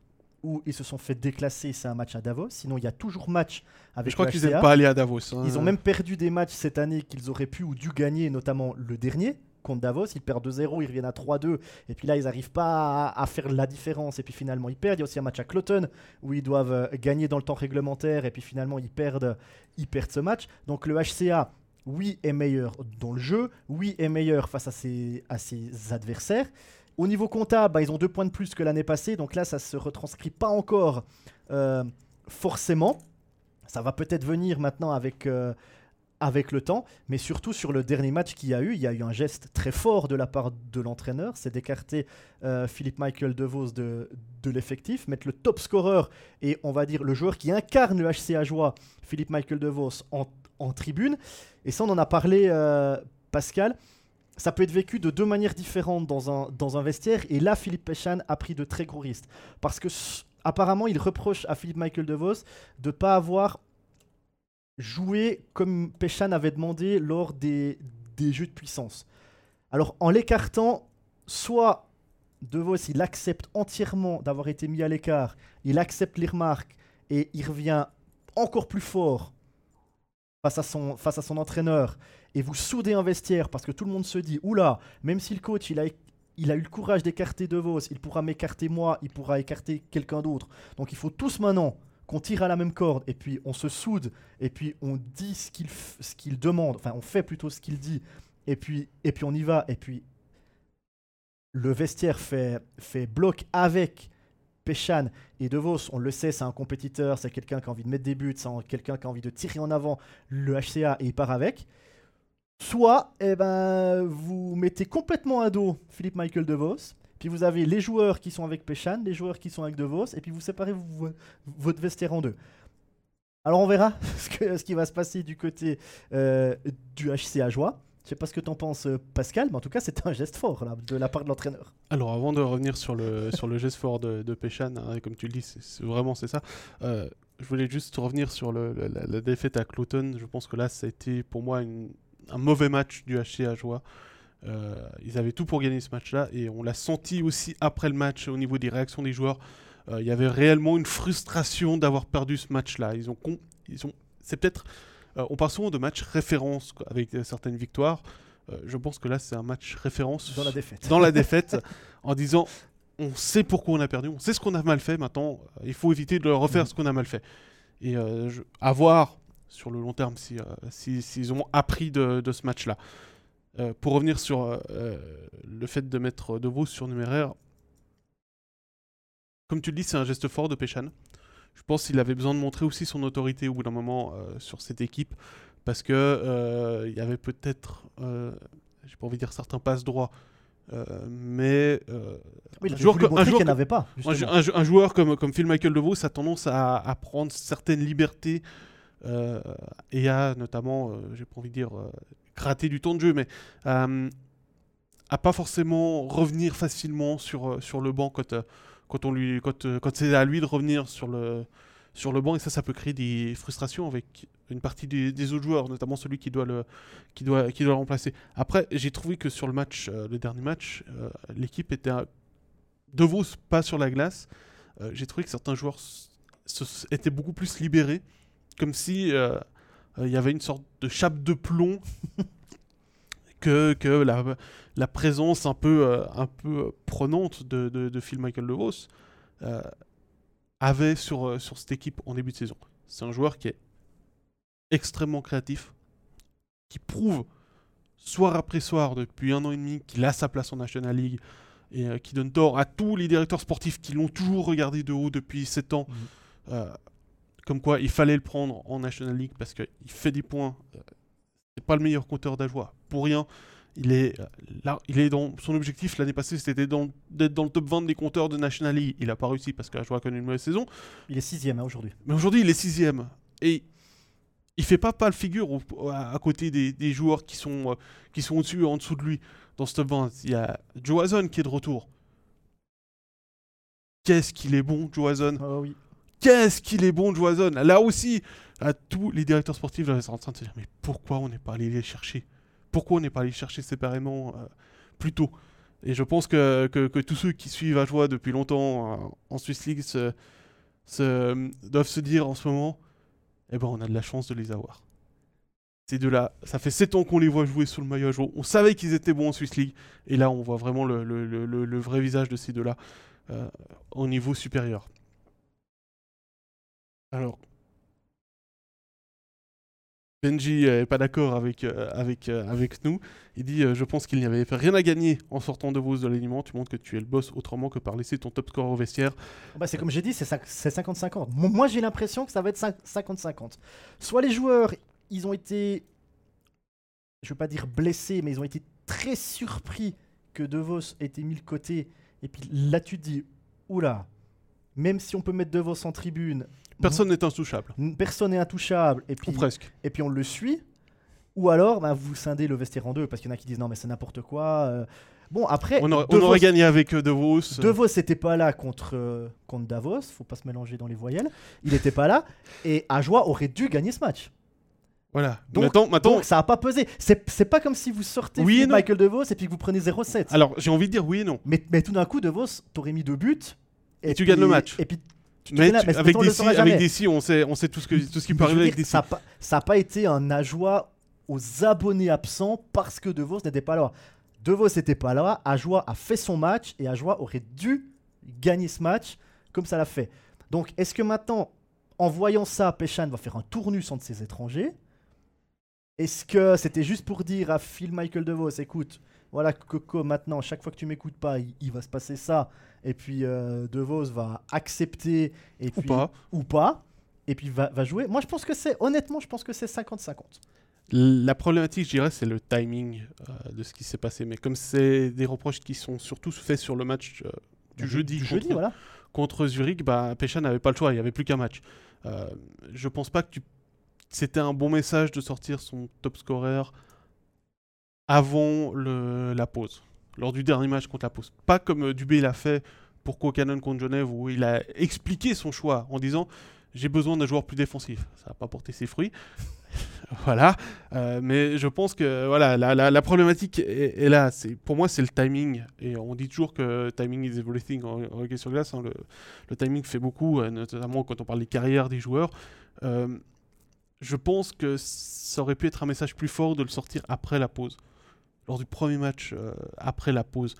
où ils se sont fait déclasser, c'est un match à Davos. Sinon, il y a toujours match avec Je crois le qu'ils HCA. n'aiment pas aller à Davos. Hein. Ils ont même perdu des matchs cette année qu'ils auraient pu ou dû gagner, notamment le dernier contre Davos. Ils perdent 2-0, ils reviennent à 3-2. Et puis là, ils n'arrivent pas à faire la différence. Et puis finalement, ils perdent. Il y a aussi un match à Cloton où ils doivent gagner dans le temps réglementaire. Et puis finalement, ils perdent ce match. Donc le HCA, oui, est meilleur dans le jeu. Oui, est meilleur face à ses adversaires. Au niveau comptable, ils ont 2 points de plus que l'année passée. Donc là, ça ne se retranscrit pas encore forcément. Ça va peut-être venir maintenant avec le temps, mais surtout sur le dernier match qu'il y a eu un geste très fort de la part de l'entraîneur, c'est d'écarter Philippe Michael DeVos de l'effectif, mettre le top scorer et on va dire le joueur qui incarne le HC Ajoie, Philippe Michael DeVos, en tribune. Et ça, on en a parlé, Pascal. Ça peut être vécu de 2 manières différentes dans un vestiaire, et là, Philippe Péchan a pris de très gros risques. Parce que apparemment, il reproche à Philippe Michael DeVos de ne pas avoir joué comme Péchan avait demandé lors des jeux de puissance. Alors, en l'écartant, soit DeVos, il accepte entièrement d'avoir été mis à l'écart, il accepte les remarques, et il revient encore plus fort face à son entraîneur, et vous soudez un vestiaire parce que tout le monde se dit, oula, même si le coach il a eu le courage d'écarter DeVos, il pourra m'écarter moi, il pourra écarter quelqu'un d'autre. Donc il faut tous maintenant qu'on tire à la même corde, et puis on se soude, et puis on dit ce qu'il demande, enfin on fait plutôt ce qu'il dit, et puis on y va, et puis le vestiaire fait bloc avec Péchan et DeVos. On le sait, c'est un compétiteur, c'est quelqu'un qui a envie de mettre des buts, c'est quelqu'un qui a envie de tirer en avant le HCA, et il part avec. Soit vous mettez complètement à dos Philippe Michael DeVos, puis vous avez les joueurs qui sont avec Péchan, les joueurs qui sont avec DeVos, et puis vous séparez votre vestiaire en 2. Alors on verra ce qui va se passer du côté du HC Ajoie. Je sais pas ce que t'en penses, Pascal, mais en tout cas c'est un geste fort là, de la part de l'entraîneur. Alors avant de revenir sur le geste fort de Péchan, hein, comme tu le dis, c'est ça. Je voulais juste revenir sur la défaite à Cloton. Je pense que là ça a été pour moi un mauvais match du HC Ajoie. Ils avaient tout pour gagner ce match-là, et on l'a senti aussi après le match au niveau des réactions des joueurs. Il y avait réellement une frustration d'avoir perdu ce match-là. C'est peut-être, on parle souvent de matchs référence avec certaines victoires. Je pense que là c'est un match référence dans la défaite, en disant on sait pourquoi on a perdu, on sait ce qu'on a mal fait. Maintenant, il faut éviter de refaire ce qu'on a mal fait. Et à voir sur le long terme s'ils ont appris de ce match-là. Pour revenir sur le fait de mettre DeVos surnuméraire, comme tu le dis, c'est un geste fort de Péchan. Je pense qu'il avait besoin de montrer aussi son autorité au bout d'un moment sur cette équipe, parce que il y avait peut-être, j'ai pas envie de dire certains passes droits, mais un joueur comme Phil Michael DeVos a tendance à prendre certaines libertés et à notamment, j'ai pas envie de dire gratter du temps de jeu, mais à pas forcément revenir facilement sur le banc quand c'est à lui de revenir sur le banc, et ça peut créer des frustrations avec une partie des autres joueurs, notamment celui qui doit le remplacer. Après, j'ai trouvé que sur le dernier match, l'équipe était DeVos pas sur la glace. J'ai trouvé que certains joueurs étaient beaucoup plus libérés, comme si il y avait une sorte de chape de plomb que la présence un peu prenante de Phil Michael DeVos avait sur cette équipe en début de saison. C'est un joueur qui est extrêmement créatif, qui prouve soir après soir depuis 1 an et demi qu'il a sa place en National League, et qui donne tort à tous les directeurs sportifs qui l'ont toujours regardé de haut depuis 7 ans. Comme quoi il fallait le prendre en National League parce qu'il fait des points. C'est pas le meilleur compteur d'Ajoie pour rien. Il est dans son objectif l'année passée, c'était d'être dans le top 20 des compteurs de National League. Il a pas réussi parce qu'Ajoie a connu une mauvaise saison. Il est 6ème aujourd'hui. Mais aujourd'hui il est 6ème, et il fait pas le figure à côté des joueurs qui sont au-dessus et en dessous de lui dans ce top 20. Il y a Joe Hazon qui est de retour. Qu'est-ce qu'il est bon, Joe Hazon. Oh oui. Qu'est-ce qu'il est bon, Joe Hazon. Là aussi, tous les directeurs sportifs sont en train de se dire, mais pourquoi on n'est pas allé les chercher ? Pourquoi on n'est pas allé les chercher séparément plus tôt ? Et je pense que tous ceux qui suivent Ajoie depuis longtemps en Swiss League doivent se dire en ce moment, eh ben on a de la chance de les avoir. Ces deux-là, ça fait 7 ans qu'on les voit jouer sous le maillot Ajoie. On savait qu'ils étaient bons en Swiss League. Et là, on voit vraiment le vrai visage de ces deux-là au niveau supérieur. Alors, Benji n'est pas d'accord avec nous. Il dit je pense qu'il n'y avait rien à gagner en sortant de vos de l'alignement. Tu montres que tu es le boss autrement que par laisser ton top score au vestiaire. Bah, c'est comme j'ai dit, c'est 50-50. Moi, j'ai l'impression que ça va être 50-50. Soit les joueurs, ils ont été, je veux pas dire blessés, mais ils ont été très surpris que De Vos ait été mis de côté. Et puis là, tu te dis, oula, même si on peut mettre De Vos en tribune, personne n'est intouchable. Personne n'est intouchable. Et puis, ou presque. Et puis on le suit. Ou alors, bah, vous scindez le vestiaire en deux, parce qu'il y en a qui disent non, mais c'est n'importe quoi. Bon, après. On aurait gagné avec De Vos. De Vos n'était pas là contre Davos, faut pas se mélanger dans les voyelles. Il n'était pas là. Et Ajoie aurait dû gagner ce match. Voilà. Donc ça n'a pas pesé. C'est pas comme si vous sortez Michael De Vos et puis que vous prenez 0-7. Alors, j'ai envie de dire oui et non. Mais tout d'un coup, De Vos, t'aurais mis 2 buts. Et tu gagnes le match. Et puis, avec DC, on sait tout ce qui peut arriver avec DC. Ça n'a pas été un Ajoie aux abonnés absents parce que De Vos n'était pas là. De Vos n'était pas là. Ajoie a fait son match et Ajoie aurait dû gagner ce match comme ça l'a fait. Donc, est-ce que maintenant, en voyant ça, Péchan va faire un tournus entre ses étrangers? Est-ce que c'était juste pour dire à Phil Michael De Vos, écoute, voilà Coco, maintenant, chaque fois que tu m'écoutes pas, il va se passer ça, et puis De Vos va accepter, et puis, ou pas, et puis va jouer. Moi, je pense que c'est 50-50. La problématique, je dirais, c'est le timing de ce qui s'est passé. Mais comme c'est des reproches qui sont surtout faits sur le match du jeudi contre Zurich, Péchan n'avait pas le choix, il n'y avait plus qu'un match. Je pense pas que c'était un bon message de sortir son top scorer avant la pause, lors du dernier match contre la pause. Pas comme Dubé l'a fait pour Kokanen contre Genève, où il a expliqué son choix en disant « j'ai besoin d'un joueur plus défensif ». Ça n'a pas porté ses fruits. Voilà. Mais je pense que voilà, la problématique est là. Pour moi, c'est le timing. Et on dit toujours que timing is everything en hockey sur glace. Hein. Le timing fait beaucoup, notamment quand on parle des carrières des joueurs. Je pense que ça aurait pu être un message plus fort de le sortir après la pause. Lors du premier match après la pause.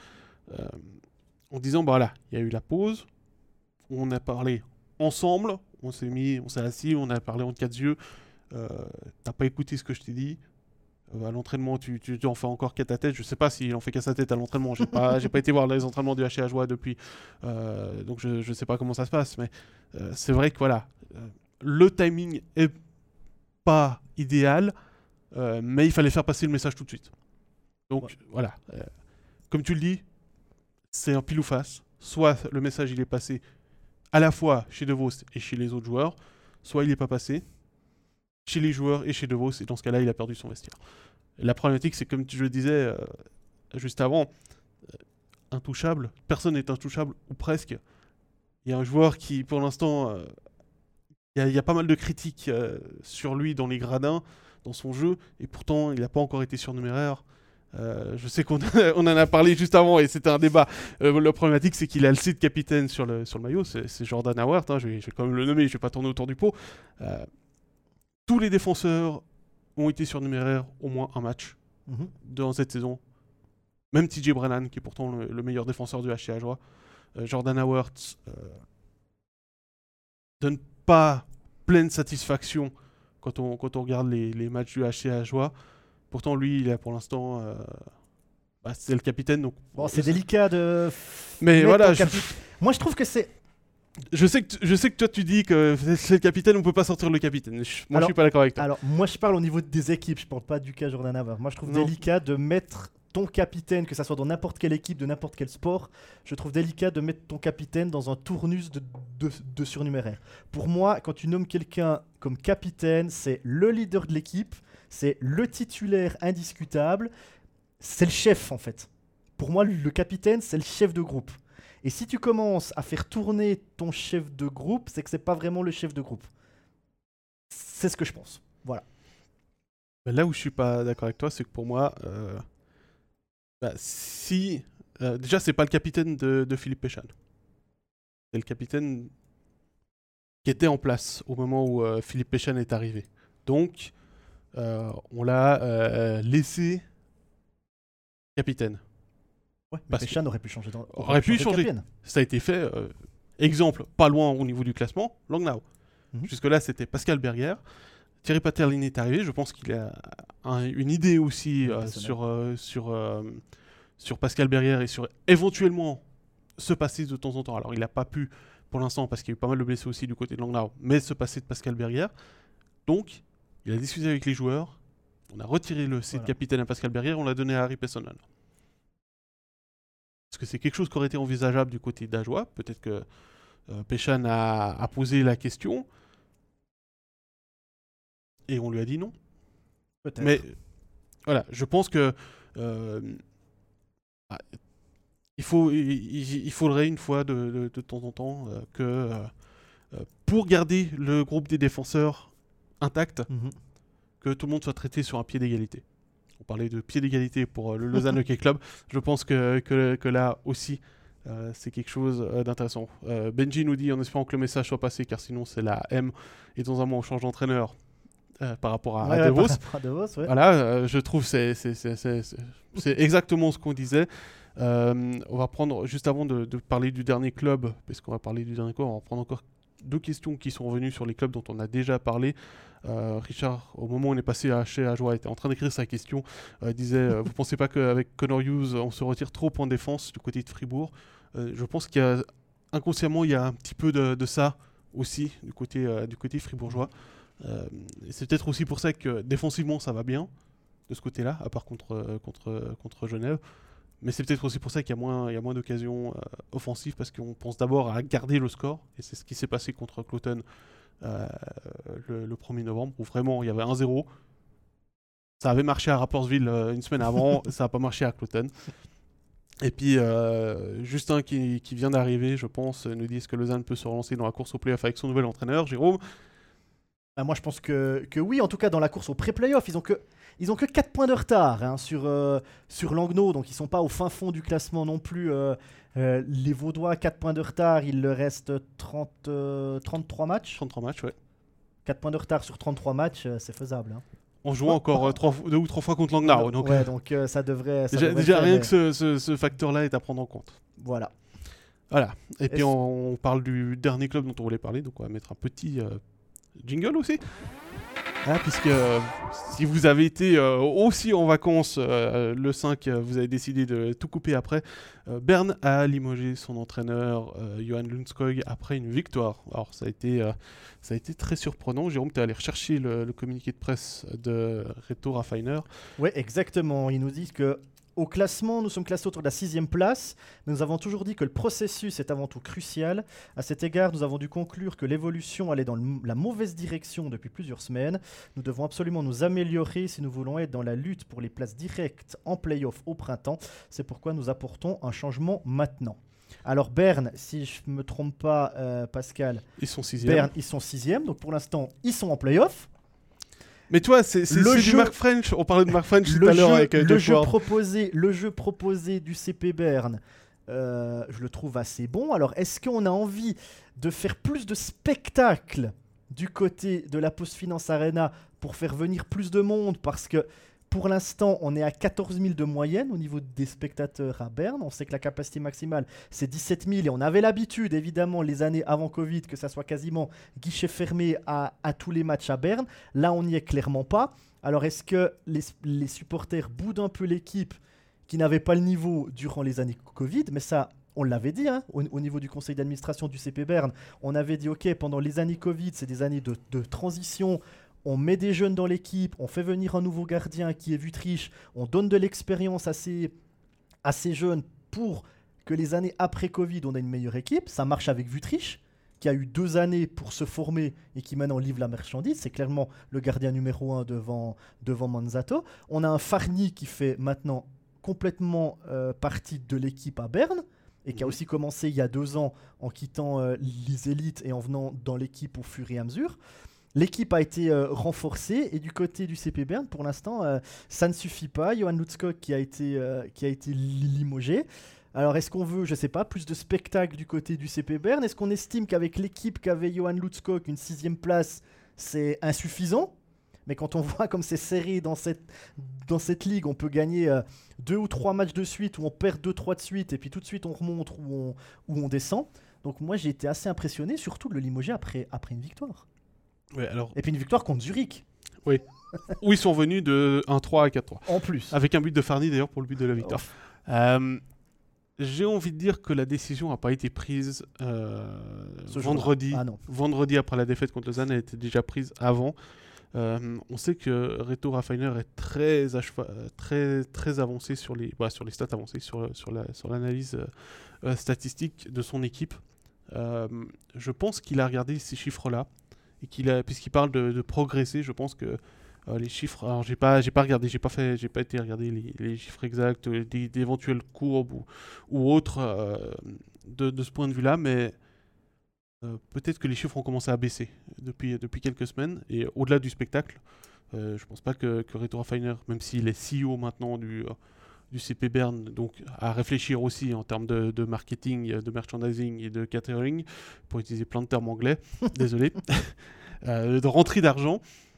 En disant, voilà, il y a eu la pause. On a parlé ensemble. On s'est assis, on a parlé entre quatre yeux. T'as pas écouté ce que je t'ai dit. À l'entraînement, tu en fais encore qu'à ta tête. Je sais pas s'il en fait qu'à sa tête à l'entraînement. J'ai pas été voir les entraînements du HC Ajoie depuis. Donc je sais pas comment ça se passe. Mais c'est vrai que voilà, le timing est pas idéal, mais il fallait faire passer le message tout de suite. Donc voilà, comme tu le dis, c'est un pile ou face. Soit le message il est passé à la fois chez De Vos et chez les autres joueurs, soit il n'est pas passé chez les joueurs et chez De Vos, et dans ce cas-là, il a perdu son vestiaire. La problématique, c'est comme je le disais juste avant, intouchable. Personne n'est intouchable, ou presque. Il y a un joueur qui, pour l'instant, il y a pas mal de critiques sur lui dans les gradins, dans son jeu, et pourtant, il n'a pas encore été surnuméraire. Je sais qu'on en a parlé juste avant, et c'était un débat. La problématique, c'est qu'il a le C de capitaine sur le maillot, c'est Jordan Howard, hein, je vais quand même le nommer, je ne vais pas tourner autour du pot. Tous les défenseurs ont été surnuméraires au moins un match dans cette saison. Même TJ Brennan, qui est pourtant le meilleur défenseur du HC Ajoie. Jordan Howard donne pas pleine satisfaction quand on regarde les matchs du HC Ajoie. Pourtant, lui, il est pour l'instant... c'est le capitaine. Donc, bon, c'est délicat de... Mais voilà, moi, je trouve que c'est... Je sais que toi tu dis que c'est le capitaine, on peut pas sortir le capitaine. Moi je suis pas d'accord avec toi. Alors moi je parle au niveau des équipes, je parle pas du cas Jordan Howard. Moi je trouve délicat de mettre ton capitaine, que ça soit dans n'importe quelle équipe, de n'importe quel sport, je trouve délicat de mettre ton capitaine dans un tournus de surnuméraire. Pour moi, quand tu nommes quelqu'un comme capitaine, c'est le leader de l'équipe, c'est le titulaire indiscutable, c'est le chef en fait. Pour moi, le capitaine, c'est le chef de groupe. Et si tu commences à faire tourner ton chef de groupe, c'est que c'est pas vraiment le chef de groupe. C'est ce que je pense. Voilà. Là où je suis pas d'accord avec toi, c'est que pour moi, si déjà, c'est pas le capitaine de Philippe Péchan. C'est le capitaine qui était en place au moment où Philippe Péchan est arrivé. Donc, on l'a laissé capitaine. Ouais, mais Péchan aurait pu changer. Aurait pu changer. Ça a été fait. Exemple, pas loin au niveau du classement, Langnau. Jusque-là, c'était Pascal Berger. Thierry Paterlin est arrivé. Je pense qu'il a une idée aussi sur Pascal Berger et sur éventuellement se passer de temps en temps. Alors, il n'a pas pu pour l'instant parce qu'il y a eu pas mal de blessés aussi du côté de Langnau, mais se passer de Pascal Berger. Donc, il a discuté avec les joueurs. On a retiré le C de capitaine à Pascal Berger, on l'a donné à Harry Pessonen. Est-ce que c'est quelque chose qui aurait été envisageable du côté d'Ajoie? Peut-être que Péchan a posé la question et on lui a dit non. Peut-être. Mais voilà, je pense que il faudrait une fois de temps en temps que pour garder le groupe des défenseurs intact, que tout le monde soit traité sur un pied d'égalité. On parlait de pied d'égalité pour le Lausanne Hockey Club. Je pense que là aussi, c'est quelque chose d'intéressant. Benji nous dit en espérant que le message soit passé, car sinon c'est la M. Et dans un mois, on change d'entraîneur par rapport à DeVos. Voilà, je trouve que c'est exactement ce qu'on disait. On va prendre, juste avant de parler du dernier club, parce qu'on va parler du dernier club, on va prendre encore 2 questions qui sont revenues sur les clubs dont on a déjà parlé. Richard, au moment où on est passé chez Ajoie, était en train d'écrire sa question. Disait vous pensez pas qu'avec Connor Hughes, on se retire trop en défense du côté de Fribourg? Je pense qu'il y a inconsciemment, il y a un petit peu de ça aussi du côté fribourgeois. C'est peut-être aussi pour ça que défensivement, ça va bien de ce côté-là, à part contre Genève. Mais c'est peut-être aussi pour ça qu'il y a moins d'occasions offensives, parce qu'on pense d'abord à garder le score. Et c'est ce qui s'est passé contre Cloton le 1er novembre, où vraiment il y avait 1-0. Ça avait marché à Rapperswil une semaine avant, ça n'a pas marché à Cloton. Et puis Justin qui vient d'arriver, je pense, nous dit est-ce que Lausanne peut se relancer dans la course au play-off avec son nouvel entraîneur, Jérôme? Moi je pense que oui, en tout cas dans la course au pré-playoff, ils ont que 4 points de retard sur Langnau, donc ils sont pas au fin fond du classement non plus. Les Vaudois, 4 points de retard, il leur reste 33 matchs. 33 matchs, ouais. 4 points de retard sur 33 matchs, c'est faisable. Hein. On joue encore 2 ou 3 fois contre Langnau. Donc, donc ça devrait... déjà rien que ce facteur-là est à prendre en compte. Voilà. Et puis on parle du dernier club dont on voulait parler, donc on va mettre un petit... jingle aussi, puisque si vous avez été aussi en vacances le 5, vous avez décidé de tout couper après. Berne a limogé son entraîneur Johan Lundskog après une victoire. Alors ça a été très surprenant. Jérôme, tu es allé rechercher le communiqué de presse de Reto Raffiner. Oui, exactement. Ils nous disent que au classement, nous sommes classés autour de la 6e place, mais nous avons toujours dit que le processus est avant tout crucial. À cet égard, nous avons dû conclure que l'évolution allait dans la mauvaise direction depuis plusieurs semaines. Nous devons absolument nous améliorer si nous voulons être dans la lutte pour les places directes en play-off au printemps. C'est pourquoi nous apportons un changement maintenant. Alors Berne, si je ne me trompe pas, Pascal, ils sont 6e. Berne, ils sont 6e, donc pour l'instant, ils sont en play-off. Mais toi, c'est du Mark French. On parlait de Mark French tout à l'heure avec le jeu proposé du CP Berne, je le trouve assez bon. Alors, est-ce qu'on a envie de faire plus de spectacles du côté de la PostFinance Arena pour faire venir plus de monde? Parce que pour l'instant, on est à 14 000 de moyenne au niveau des spectateurs à Berne. On sait que la capacité maximale, c'est 17 000. Et on avait l'habitude, évidemment, les années avant Covid, que ça soit quasiment guichet fermé à tous les matchs à Berne. Là, on n'y est clairement pas. Alors, est-ce que les supporters boudent un peu l'équipe qui n'avait pas le niveau durant les années Covid? Mais ça, on l'avait dit, hein, au niveau du conseil d'administration du CP Berne. On avait dit, OK, pendant les années Covid, c'est des années de transition. On met des jeunes dans l'équipe, on fait venir un nouveau gardien qui est Wüttrich, on donne de l'expérience à ces jeunes pour que les années après Covid, on ait une meilleure équipe. Ça marche avec Wüttrich, qui a eu 2 années pour se former et qui maintenant livre la marchandise. C'est clairement le gardien numéro 1 devant Manzato. On a un Farni qui fait maintenant complètement partie de l'équipe à Berne et qui a aussi commencé il y a 2 ans en quittant les élites et en venant dans l'équipe au fur et à mesure. L'équipe a été renforcée et du côté du CP Berne, pour l'instant, ça ne suffit pas. Johan Lundskog qui a été limogé. Alors, est-ce qu'on veut, je sais pas, plus de spectacle du côté du CP Bern? Est-ce qu'on estime qu'avec l'équipe qu'avait Johan Lutskog, une 6e place, c'est insuffisant? Mais quand on voit comme c'est serré dans cette ligue, on peut gagner 2 ou 3 matchs de suite, ou on perd 2-3 de suite, et puis tout de suite on remonte ou on descend. Donc moi j'ai été assez impressionné, surtout de le limoger après une victoire. Ouais, alors... Et puis une victoire contre Zurich. Oui. Où ils sont venus de 1-3 à 4-3. En plus. Avec un but de Farny d'ailleurs pour le but de la victoire. J'ai envie de dire que la décision n'a pas été prise vendredi. Vendredi après la défaite contre Lausanne, elle était déjà prise avant. On sait que Reto Raffiner est très avancé sur les stats avancées, sur l'analyse statistique de son équipe. Je pense qu'il a regardé ces chiffres-là et puisqu'il parle de progresser, je pense que les chiffres. Alors j'ai pas regardé, j'ai pas été regarder les chiffres exacts, d'éventuelles courbes ou autres de ce point de vue-là, mais peut-être que les chiffres ont commencé à baisser depuis quelques semaines. Et au-delà du spectacle, je pense pas que Reto Raffiner, même s'il est CEO maintenant du CP Bern, donc à réfléchir aussi en termes de marketing, de merchandising et de catering, pour utiliser plein de termes anglais, désolé, de rentrée d'argent,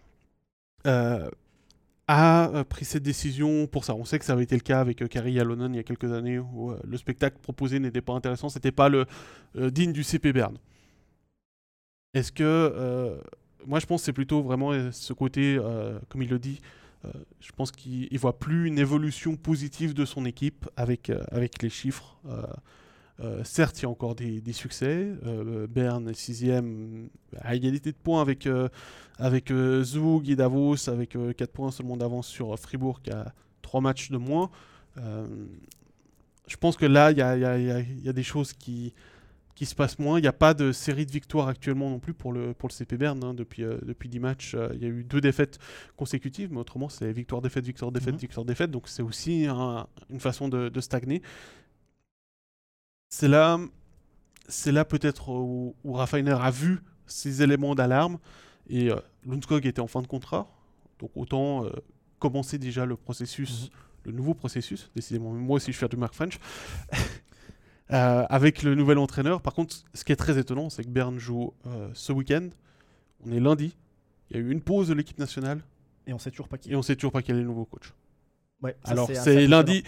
a pris cette décision pour ça. On sait que ça avait été le cas avec Kari Jalonen il y a quelques années, où le spectacle proposé n'était pas intéressant, c'était pas le digne du CP Bern. Est-ce que... moi, je pense que c'est plutôt vraiment ce côté, comme il le dit, je pense qu'il ne voit plus une évolution positive de son équipe avec les chiffres. Certes, il y a encore des succès. Bern est 6e à égalité de points avec Zug et Davos, avec 4 points seulement d'avance sur Fribourg qui a 3 matchs de moins. Je pense que là, il y a des choses qui se passe moins. Il n'y a pas de série de victoires actuellement non plus pour le CP Bern. Hein. Depuis 10 matchs, il y a eu 2 défaites consécutives, mais autrement, c'est victoire-défaite, victoire-défaite, victoire-défaite. Donc c'est aussi une façon de stagner. C'est là peut-être où Raffiner a vu ces éléments d'alarme. Et Lundskog était en fin de contrat. Donc autant commencer déjà le processus, le nouveau processus. Décidément, moi aussi je fais du Mark French. Avec le nouvel entraîneur. Par contre, ce qui est très étonnant, c'est que Bern joue ce week-end. On est lundi. Il y a eu une pause de l'équipe nationale. Et on sait toujours pas qui. Et on sait toujours pas quel est le nouveau coach. Ouais, alors c'est lundi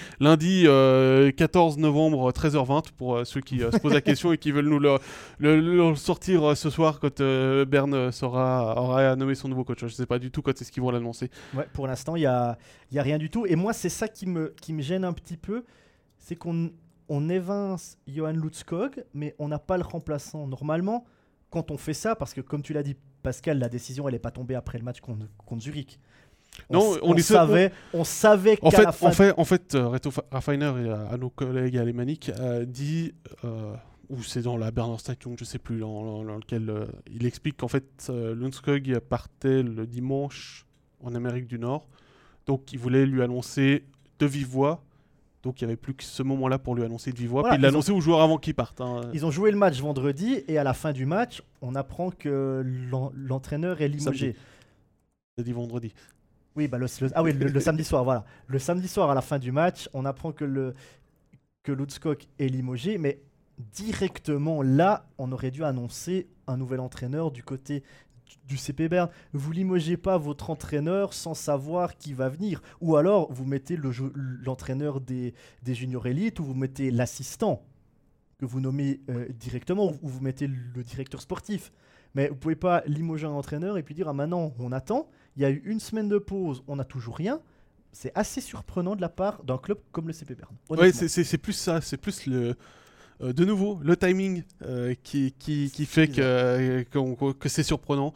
14 novembre 13h20 pour ceux qui se posent la question et qui veulent nous le sortir ce soir quand Bern aura nommé son nouveau coach. Je ne sais pas du tout quand est-ce qu'ils vont l'annoncer. Ouais, pour l'instant, il y a rien du tout. Et moi, c'est ça qui me gêne un petit peu. C'est qu'on évince Johan Lutskog, mais on n'a pas le remplaçant. Normalement, quand on fait ça, parce que comme tu l'as dit, Pascal, la décision, elle n'est pas tombée après le match contre Zurich. On savait qu'à la fin... En fait, Reto Raffiner à nos collègues alémaniques dit, ou c'est dans la Berner Zeitung, je ne sais plus, dans lequel il explique qu'en fait, Lundskog partait le dimanche en Amérique du Nord, donc il voulait lui annoncer de vive voix. Donc il n'y avait plus que ce moment-là pour lui annoncer de vive voix. Voilà, puis il l'a annoncé aux joueurs avant qu'ils partent. Hein. Ils ont joué le match vendredi et à la fin du match, on apprend que l'entraîneur est limogé. C'est dit vendredi. Oui, bah le samedi soir, voilà. Le samedi soir, à la fin du match, on apprend que Lutskog est limogé, mais directement là, on aurait dû annoncer un nouvel entraîneur du côté du CP Bern. Vous limogez pas votre entraîneur sans savoir qui va venir. Ou alors, vous mettez l'entraîneur des juniors élites ou vous mettez l'assistant que vous nommez directement ou vous mettez le directeur sportif. Mais vous pouvez pas limoger un entraîneur et puis dire « Ah, maintenant, on attend. Il y a eu une semaine de pause, on n'a toujours rien. » C'est assez surprenant de la part d'un club comme le CP Bern. Oui, c'est plus ça. C'est plus de nouveau, le timing qui fait que c'est surprenant.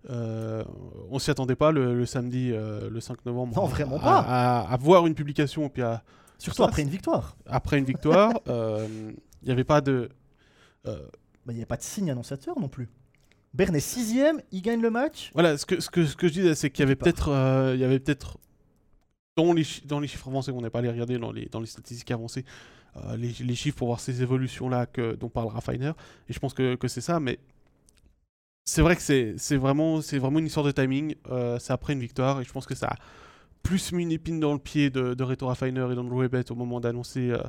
On s'y attendait pas le samedi, le 5 novembre. Non, vraiment pas. À voir une publication. Puis surtout après une victoire. Après une victoire, il n'y avait pas de... il n'y avait pas de signe annonciateur non plus. Bern est 6e, il gagne le match. Voilà, ce que je disais, c'est qu'il y avait peut-être dans les chiffres avancés, on n'est pas allé regarder dans les statistiques avancées, les chiffres pour voir ces évolutions-là dont parle Raffiner. Et je pense que c'est ça, mais c'est vrai que c'est vraiment une histoire de timing. C'est après une victoire, et je pense que ça a plus mis une épine dans le pied de Reto Raffiner et d'Andrew Hebet au moment d'annoncer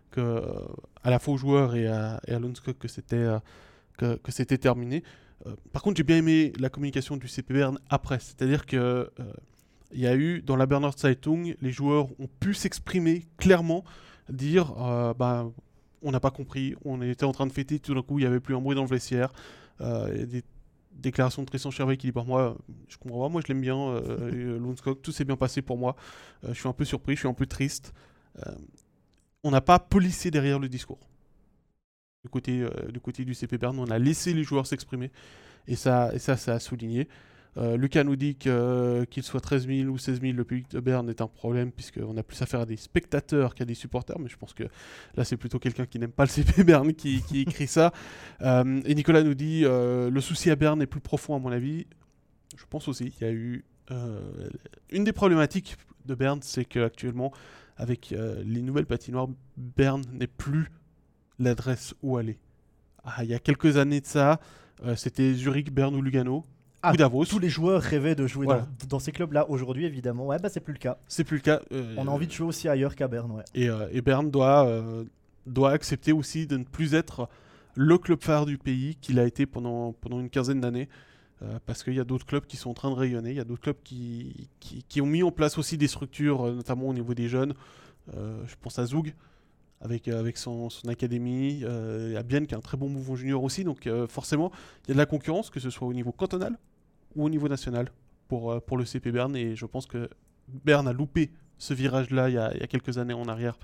à la fois aux joueurs et à Lundskog que c'était terminé. Par contre, j'ai bien aimé la communication du CP Bern après, c'est-à-dire que il y a eu dans la Berner Zeitung, les joueurs ont pu s'exprimer clairement, dire on n'a pas compris, on était en train de fêter, tout d'un coup il n'y avait plus un bruit dans le vestiaire. Il y a des déclarations de Tristan Chervet qui dit moi je comprends pas, moi je l'aime bien, Lundskog, tout s'est bien passé pour moi, je suis un peu surpris, je suis un peu triste. On n'a pas policé derrière le discours. Du côté du CP Bern, on a laissé les joueurs s'exprimer et ça a souligné. Lucas nous dit qu'il soit 13 000 ou 16 000, le public de Berne est un problème puisqu'on a plus affaire à des spectateurs qu'à des supporters, mais je pense que là c'est plutôt quelqu'un qui n'aime pas le CP Berne qui écrit ça. Et Nicolas nous dit le souci à Berne est plus profond à mon avis. Je pense aussi, il y a eu une des problématiques de Berne, c'est qu'actuellement avec les nouvelles patinoires, Berne n'est plus l'adresse où aller. Il y a quelques années de ça, c'était Zurich, Berne ou Lugano. Ou Davos. Tous les joueurs rêvaient de jouer dans ces clubs-là. Aujourd'hui, évidemment, c'est plus le cas. C'est plus le cas. On a envie de jouer aussi ailleurs qu'à Berne. Ouais. Et Berne doit accepter aussi de ne plus être le club phare du pays qu'il a été pendant une quinzaine d'années. Parce qu'il y a d'autres clubs qui sont en train de rayonner. Il y a d'autres clubs qui ont mis en place aussi des structures, notamment au niveau des jeunes. Je pense à Zug, avec son académie. Il y a Bienne qui a un très bon mouvement junior aussi. Donc forcément, il y a de la concurrence, que ce soit au niveau cantonal ou au niveau national pour le CP Berne. Et je pense que Berne a loupé ce virage-là il y a quelques années en arrière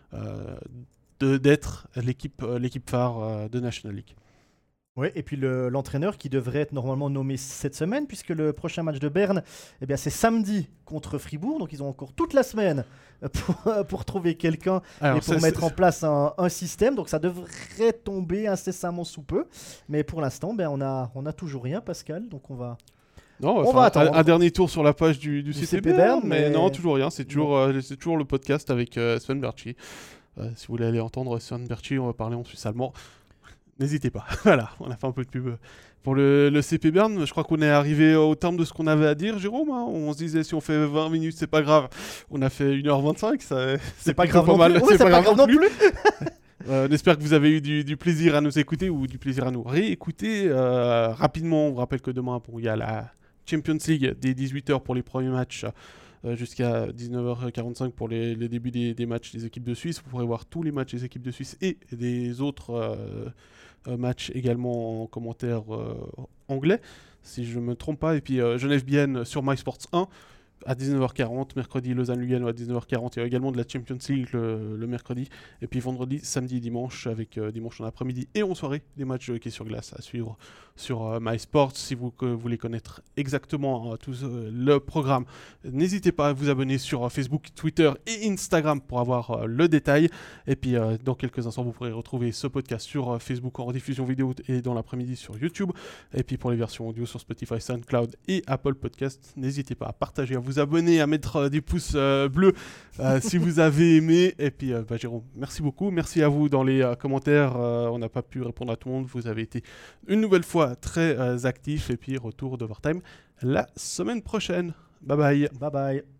d'être l'équipe phare de National League. Oui, et puis l'entraîneur qui devrait être normalement nommé cette semaine, puisque le prochain match de Berne, c'est samedi contre Fribourg, donc ils ont encore toute la semaine pour trouver quelqu'un et pour mettre en place un système, donc ça devrait tomber incessamment sous peu, mais pour l'instant, on a toujours rien, Pascal, donc on va attendre. Un dernier tour sur la page du CP Berne, mais non, toujours rien, c'est toujours le podcast avec Sven Berchi. Si vous voulez aller entendre Sven Berchi, on va parler en suisse-allemand. N'hésitez pas. Voilà, on a fait un peu de pub pour le CP Berne. Je crois qu'on est arrivé au terme de ce qu'on avait à dire, Jérôme. On se disait si on fait 20 minutes, c'est pas grave. On a fait 1h25, c'est pas grave, mal. Oui, c'est pas grave non plus. On espère que vous avez eu du plaisir à nous écouter ou du plaisir à nous réécouter. Rapidement, on vous rappelle que demain, il y a la Champions League dès 18h pour les premiers matchs. Jusqu'à 19h45 pour les débuts des matchs des équipes de Suisse. Vous pourrez voir tous les matchs des équipes de Suisse et des autres matchs également en commentaire anglais, si je ne me trompe pas. Et puis Genève-Bienne sur MySports 1 à 19h40, mercredi Lausanne-Lugano à 19h40. Il y a également de la Champions League le mercredi. Et puis vendredi, samedi et dimanche, avec dimanche en après-midi et en soirée, des matchs de hockey sur glace à suivre sur MySports. Si vous voulez connaître exactement tout le programme, n'hésitez pas à vous abonner sur Facebook, Twitter et Instagram pour avoir le détail. Et puis dans quelques instants, vous pourrez retrouver ce podcast sur Facebook en rediffusion vidéo et dans l'après-midi sur YouTube. Et puis pour les versions audio sur Spotify, SoundCloud et Apple Podcast, n'hésitez pas à partager, à vous abonner, à mettre des pouces bleus si vous avez aimé. Et puis Jérôme, merci beaucoup. Merci à vous dans les commentaires. On n'a pas pu répondre à tout le monde. Vous avez été une nouvelle fois très actifs. Et puis retour d'Overtime la semaine prochaine. Bye bye. Bye bye.